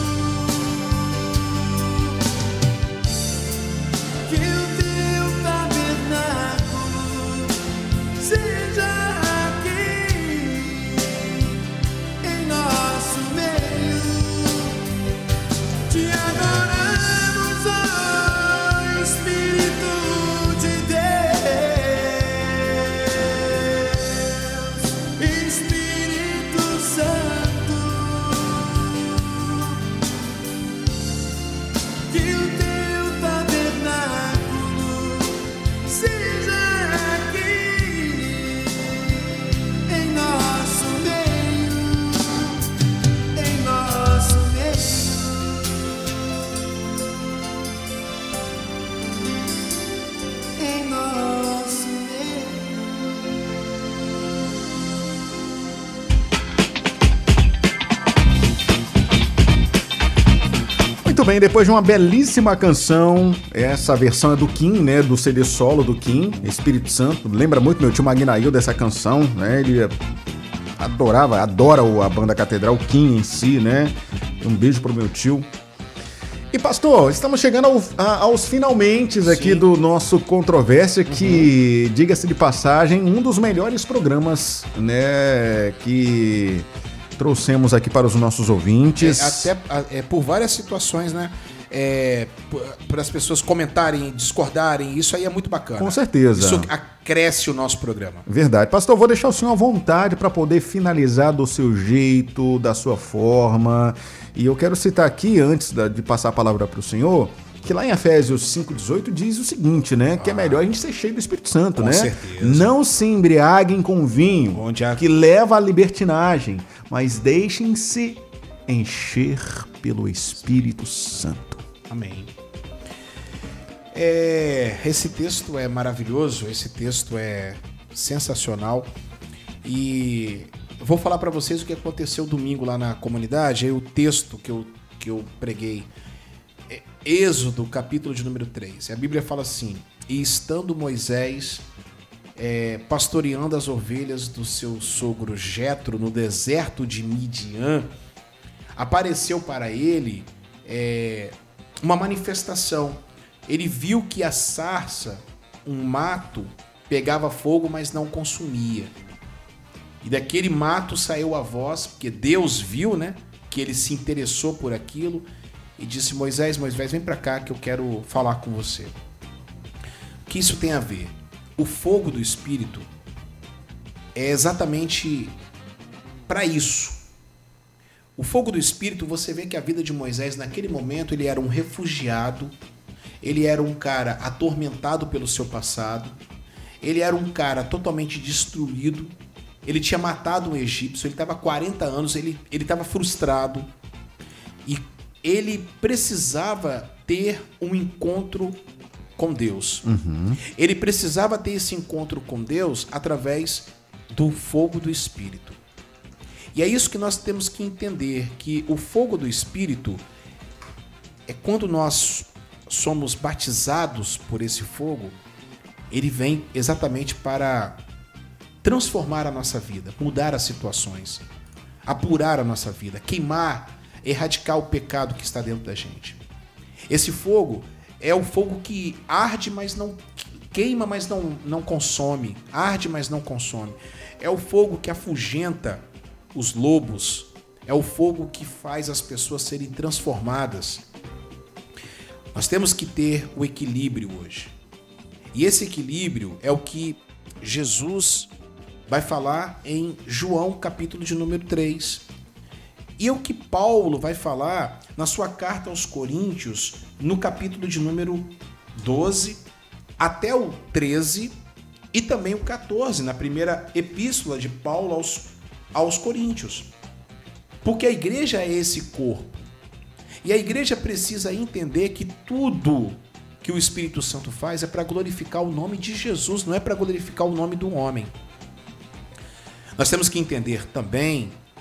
que o teu tabernáculo seja aqui em nosso meio. Te adoramos, ó Espírito de Deus, Espírito Santo, que o teu tabernáculo seja aqui em nosso meio, em nosso meio, em nosso meio. Muito bem, depois de uma belíssima canção, essa versão é do Kim, né, do CD solo do Kim, Espírito Santo, lembra muito meu tio Magnail dessa canção, né, ele adora a banda Catedral, o Kim em si, né, um beijo pro meu tio. E pastor, estamos chegando aos finalmentes aqui do nosso Controvérsia, que, diga-se de passagem, um dos melhores programas, né, que trouxemos aqui para os nossos ouvintes. Até por várias situações, né? Para as pessoas comentarem, discordarem, isso aí é muito bacana. Com certeza. Isso acresce o nosso programa. Verdade. Pastor, vou deixar o senhor à vontade para poder finalizar do seu jeito, da sua forma. E eu quero citar aqui, antes de passar a palavra para o senhor, que lá em Efésios 5,18 diz o seguinte, né? Que é melhor a gente ser cheio do Espírito Santo, Com né? certeza. Não se embriaguem com vinho, que leva à libertinagem, mas deixem-se encher pelo Espírito Santo. Amém. Esse texto é maravilhoso, esse texto é sensacional. E eu vou falar para vocês o que aconteceu domingo lá na comunidade. Aí o texto que eu preguei, Êxodo, capítulo de número 3. A Bíblia fala assim: e estando Moisés pastoreando as ovelhas do seu sogro Jetro no deserto de Midian, apareceu para ele uma manifestação. Ele viu que a sarça, um mato, pegava fogo, mas não consumia. E daquele mato saiu a voz, porque Deus viu, né, que ele se interessou por aquilo, e disse: Moisés, vem para cá que eu quero falar com você. O que isso tem a ver? O fogo do Espírito é exatamente para isso. O fogo do Espírito, você vê que a vida de Moisés, naquele momento, ele era um refugiado, ele era um cara atormentado pelo seu passado, ele era um cara totalmente destruído, ele tinha matado um egípcio, ele estava há 40 anos, ele estava frustrado, e ele precisava ter um encontro com Deus. Ele precisava ter esse encontro com Deus através do fogo do Espírito. E é isso que nós temos que entender, que o fogo do Espírito é quando nós somos batizados por esse fogo, ele vem exatamente para transformar a nossa vida, mudar as situações, apurar a nossa vida, queimar, erradicar o pecado que está dentro da gente. Esse fogo é o fogo que arde, mas não queima, mas não consome. Arde, mas não consome. É o fogo que afugenta os lobos. É o fogo que faz as pessoas serem transformadas. Nós temos que ter o equilíbrio hoje. E esse equilíbrio é o que Jesus vai falar em João, capítulo de número 3. E é o que Paulo vai falar na sua carta aos Coríntios, no capítulo de número 12, até o 13, e também o 14, na primeira epístola de Paulo aos Coríntios. Porque a igreja é esse corpo. E a igreja precisa entender que tudo que o Espírito Santo faz é para glorificar o nome de Jesus, não é para glorificar o nome do homem. Nós temos que entender também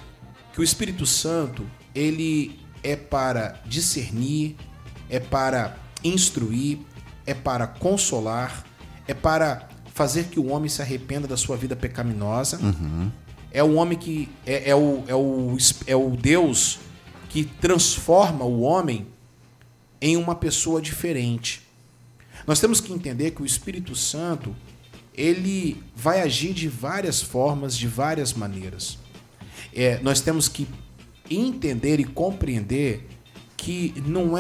que o Espírito Santo, ele é para discernir, é para instruir, é para consolar, é para fazer que o homem se arrependa da sua vida pecaminosa. É o homem que é o Deus que transforma o homem em uma pessoa diferente. Nós temos que entender que o Espírito Santo, ele vai agir de várias formas, de várias maneiras. Nós temos que entender e compreender que não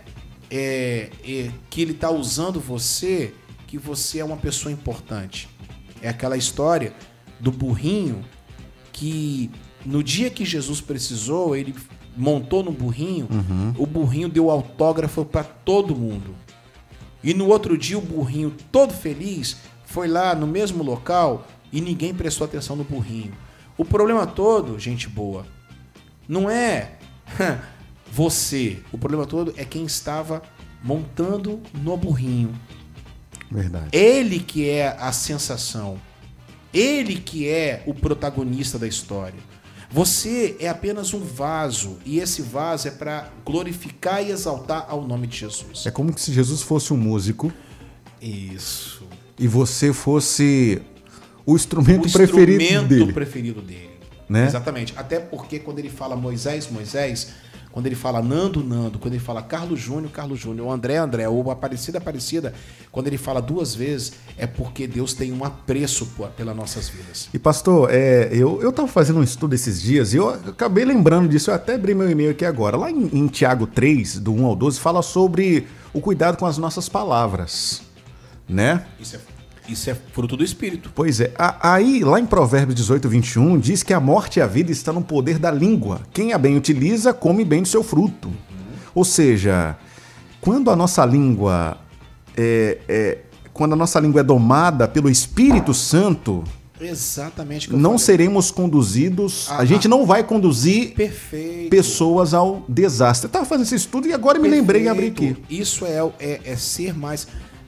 que ele está usando você, que você é uma pessoa importante. É aquela história do burrinho que no dia que Jesus precisou, ele montou no burrinho, o burrinho deu autógrafo para todo mundo. E no outro dia o burrinho, todo feliz, foi lá no mesmo local e ninguém prestou atenção no burrinho. O problema todo, gente boa, não é você. O problema todo é quem estava montando no burrinho. Verdade. Ele que é a sensação. Ele que é o protagonista da história. Você é apenas um vaso, e esse vaso é para glorificar e exaltar ao nome de Jesus. É como se Jesus fosse um músico. Isso. E você fosse o instrumento preferido dele. Né? Exatamente. Até porque quando ele fala Moisés, quando ele fala Nando, quando ele fala Carlos Júnior, ou André, ou Aparecida, quando ele fala duas vezes, é porque Deus tem um apreço pelas nossas vidas. E pastor, eu estava fazendo um estudo esses dias e eu acabei lembrando disso, eu até abri meu e-mail aqui agora. Lá em Tiago 3, do 1 ao 12, fala sobre o cuidado com as nossas palavras, né? Isso é fruto do Espírito. Pois é. Aí, lá em Provérbios 18, 21, diz que a morte e a vida estão no poder da língua. Quem a bem utiliza, come bem do seu fruto. Ou seja, quando a nossa língua é domada pelo Espírito Santo, exatamente que não seremos conduzidos, a gente não vai conduzir pessoas ao desastre. Eu estava fazendo esse estudo e agora me lembrei e abri aqui. Isso é ser mais...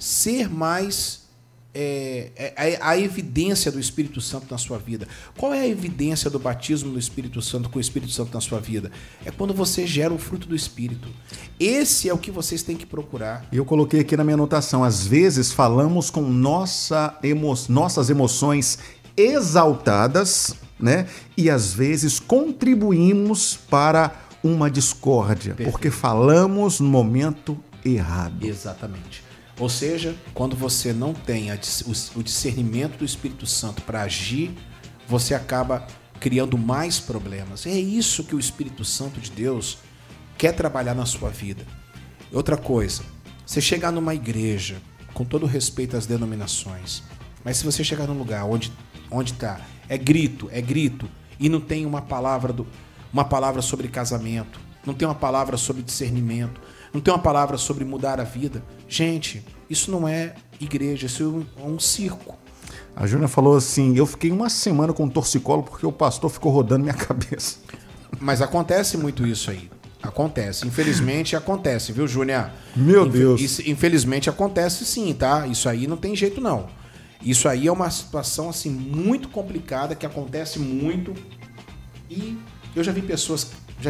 a evidência do Espírito Santo na sua vida. Qual é a evidência do batismo do Espírito Santo com o Espírito Santo na sua vida? É quando você gera o fruto do Espírito. Esse é o que vocês têm que procurar. Eu coloquei aqui na minha anotação, às vezes falamos com nossas emoções exaltadas, né? E às vezes contribuímos para uma discórdia, porque falamos no momento errado. Exatamente. Ou seja, quando você não tem o discernimento do Espírito Santo para agir, você acaba criando mais problemas. É isso que o Espírito Santo de Deus quer trabalhar na sua vida. Outra coisa, você chegar numa igreja, com todo respeito às denominações, mas se você chegar num lugar onde está, é grito, e não tem uma palavra sobre casamento, não tem uma palavra sobre discernimento, não tem uma palavra sobre mudar a vida. Gente, isso não é igreja, isso é um circo. A Júlia falou assim, eu fiquei uma semana com um torcicolo porque o pastor ficou rodando minha cabeça. Mas acontece muito isso aí. Acontece. Infelizmente acontece, viu, Júnior? Meu Deus. Infelizmente acontece sim, tá? Isso aí não tem jeito não. Isso aí é uma situação assim muito complicada que acontece muito. E eu já vi pessoas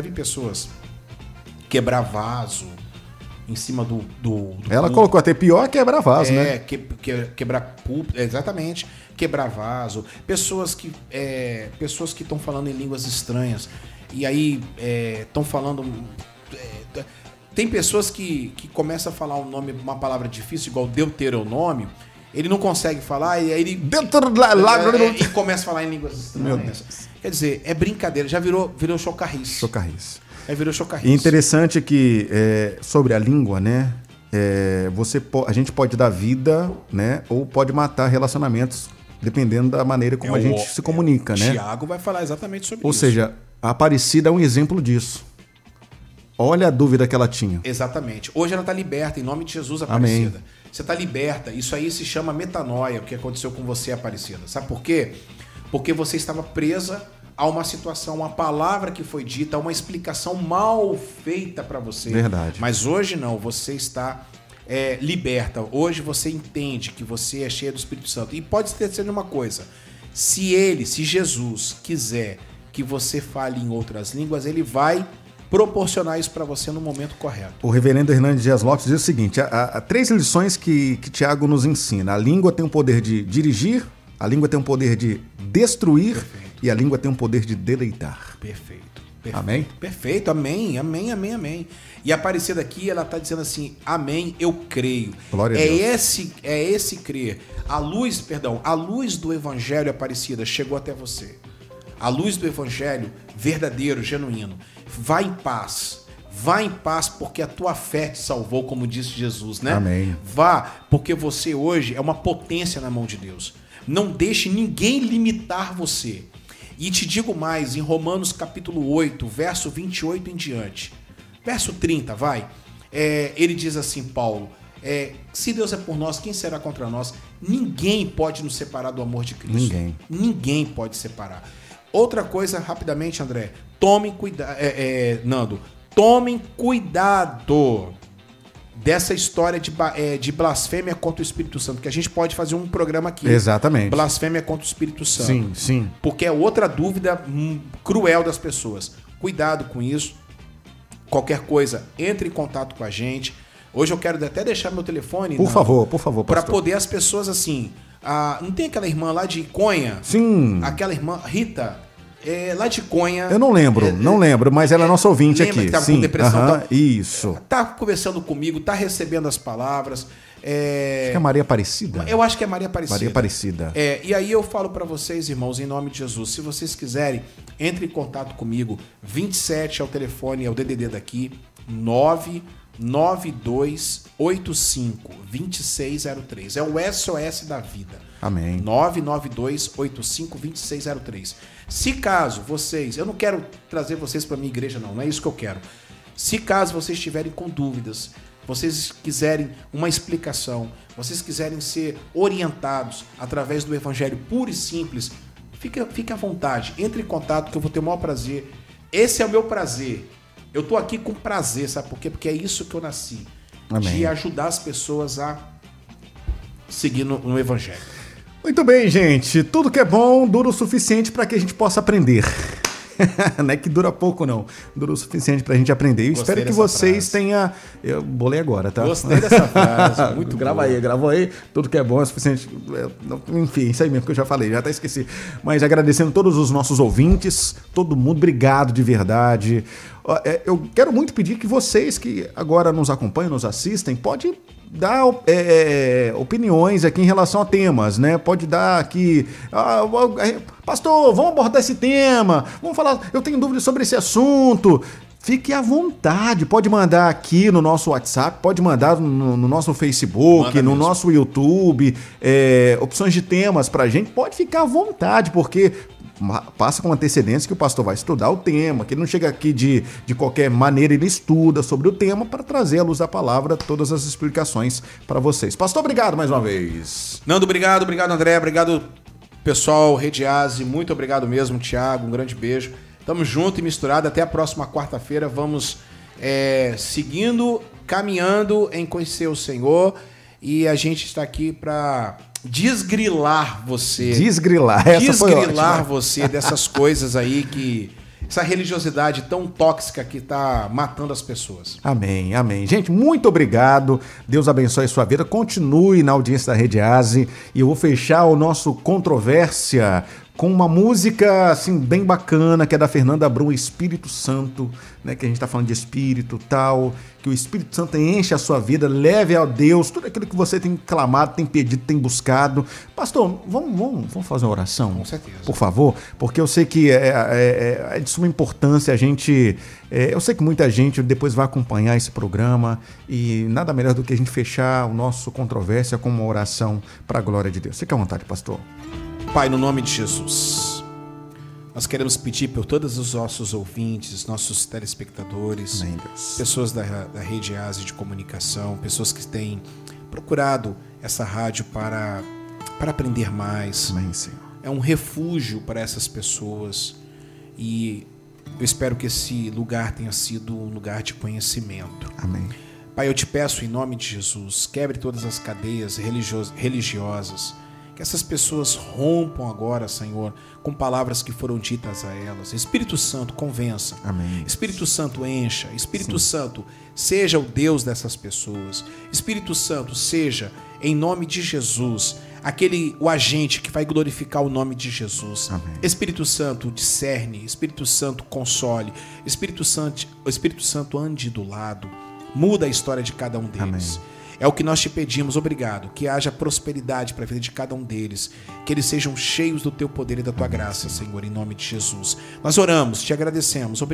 quebrar vaso em cima do ela colocou até pior quebrar vaso, né? Quebrar púlpito, exatamente, quebrar vaso. Pessoas que estão falando em línguas estranhas e aí estão falando. Tem pessoas que começam a falar uma palavra difícil, igual Deuteronômio. Ele não consegue falar e aí ele e começa a falar em línguas estranhas. Quer dizer, é brincadeira, já virou chocarrice. Chocarrice. Virou chocarrice. E interessante que sobre a língua, né? A gente pode dar vida, né? Ou pode matar relacionamentos, dependendo da maneira como a gente se comunica, né? Tiago vai falar exatamente sobre isso. Ou seja, a Aparecida é um exemplo disso. Olha a dúvida que ela tinha. Exatamente. Hoje ela está liberta, em nome de Jesus, Aparecida. Amém. Você está liberta. Isso aí se chama metanoia, o que aconteceu com você, Aparecida. Sabe por quê? Porque você estava presa a uma situação, uma palavra que foi dita, uma explicação mal feita para você. Verdade. Mas hoje não, você está liberta. Hoje você entende que você é cheia do Espírito Santo. E pode ter sido uma coisa, se Jesus quiser que você fale em outras línguas, ele vai proporcionar isso para você no momento correto. O reverendo Hernandes Dias Lopes diz o seguinte, há 3 lições que Tiago nos ensina. A língua tem o poder de dirigir, a língua tem o poder de destruir. Perfeito. E a língua tem o poder de deleitar. Perfeito. Amém? Perfeito, amém. E a Aparecida aqui, ela está dizendo assim, amém, eu creio. Glória a Deus. É esse crer. A luz do Evangelho, Aparecida, chegou até você. A luz do Evangelho verdadeiro, genuíno. Vá em paz, porque a tua fé te salvou, como disse Jesus, né? Amém. Vá, porque você hoje é uma potência na mão de Deus. Não deixe ninguém limitar você. E te digo mais, em Romanos capítulo 8, verso 28 em diante, verso 30, ele diz assim, Paulo, se Deus é por nós, quem será contra nós? Ninguém pode nos separar do amor de Cristo. Ninguém pode separar. Outra coisa, rapidamente, André, tomem cuidado dessa história de blasfêmia contra o Espírito Santo, que a gente pode fazer um programa aqui. Exatamente. Blasfêmia contra o Espírito Santo. Sim. Porque é outra dúvida cruel das pessoas. Cuidado com isso. Qualquer coisa, entre em contato com a gente. Hoje eu quero até deixar meu telefone. Por favor, para poder as pessoas assim... não tem aquela irmã lá de Conha? Sim. Aquela irmã, Rita... lá de Conha. Eu não lembro, mas ela é nossa ouvinte aqui. Que tava com depressão. Isso. Tá conversando comigo, tá recebendo as palavras. Acho que é Maria Aparecida. Eu acho que é Maria Aparecida. Maria Aparecida. E aí eu falo para vocês, irmãos, em nome de Jesus, se vocês quiserem, entre em contato comigo. 27 é o telefone, é o DDD daqui, 99285-2603. É o SOS da vida. Amém. 99285-2603. Se caso vocês... Eu não quero trazer vocês para minha igreja, não é isso que eu quero. Se caso vocês estiverem com dúvidas, vocês quiserem uma explicação, vocês quiserem ser orientados através do Evangelho puro e simples, fique à vontade. Entre em contato que eu vou ter o maior prazer. Esse é o meu prazer. Eu estou aqui com prazer, sabe por quê? Porque é isso que eu nasci. Amém. De ajudar as pessoas a seguir no Evangelho. Muito bem, gente. Tudo que é bom dura o suficiente para que a gente possa aprender. Não é que dura pouco, não. Dura o suficiente para a gente aprender. Eu espero que vocês tenham... Eu bolei agora, tá? Gostei dessa frase. Muito Gravou aí. Tudo que é bom é suficiente. Enfim, isso aí mesmo que eu já falei, já até esqueci. Mas agradecendo todos os nossos ouvintes, todo mundo, obrigado de verdade. Eu quero muito pedir que vocês que agora nos acompanham, nos assistem, pode dar opiniões aqui em relação a temas, né? Pode dar aqui... pastor, vamos abordar esse tema, vamos falar... Eu tenho dúvidas sobre esse assunto... Fique à vontade, pode mandar aqui no nosso WhatsApp, pode mandar no nosso Facebook, no nosso YouTube, opções de temas pra gente, pode ficar à vontade, porque passa com antecedência que o pastor vai estudar o tema, que ele não chega aqui de qualquer maneira, ele estuda sobre o tema para trazer à luz da palavra todas as explicações para vocês. Pastor, obrigado mais uma vez. Nando, obrigado André, obrigado pessoal, Rede Aze, muito obrigado mesmo, Thiago, um grande beijo. Tamo junto e misturado. Até a próxima quarta-feira. Vamos seguindo, caminhando em conhecer o Senhor. E a gente está aqui para desgrilar você. Desgrilar você dessas coisas aí que... Essa religiosidade tão tóxica que está matando as pessoas. Amém. Gente, muito obrigado. Deus abençoe a sua vida. Continue na audiência da Rede Aze. E eu vou fechar o nosso Controvérsia com uma música assim bem bacana, que é da Fernanda Brum, Espírito Santo, né, que a gente está falando de espírito tal, que o Espírito Santo enche a sua vida, leve a Deus tudo aquilo que você tem clamado, tem pedido, tem buscado. Pastor, vamos fazer uma oração? Com certeza. Por favor, porque eu sei que é de suma importância a gente... eu sei que muita gente depois vai acompanhar esse programa e nada melhor do que a gente fechar o nosso Controvérsia com uma oração para a glória de Deus. Fique à vontade, pastor. Pai, no nome de Jesus, nós queremos pedir por todos os nossos ouvintes, nossos telespectadores, Amém, Deus. Pessoas da Rede Aze de comunicação, pessoas que têm procurado essa rádio para aprender mais. Amém, Senhor. É um refúgio para essas pessoas e eu espero que esse lugar tenha sido um lugar de conhecimento. Amém. Pai, eu te peço em nome de Jesus, quebre todas as cadeias religiosas Que essas pessoas rompam agora, Senhor, com palavras que foram ditas a elas. Espírito Santo, convença. Amém. Espírito Santo, encha. Espírito Santo, seja o Deus dessas pessoas. Espírito Santo, seja, em nome de Jesus, o agente que vai glorificar o nome de Jesus. Amém. Espírito Santo, discerne. Espírito Santo, console. Espírito Santo, ande do lado. Muda a história de cada um deles. Amém. É o que nós te pedimos, obrigado. Que haja prosperidade para a vida de cada um deles. Que eles sejam cheios do teu poder e da tua graça, Senhor, em nome de Jesus. Nós oramos, te agradecemos.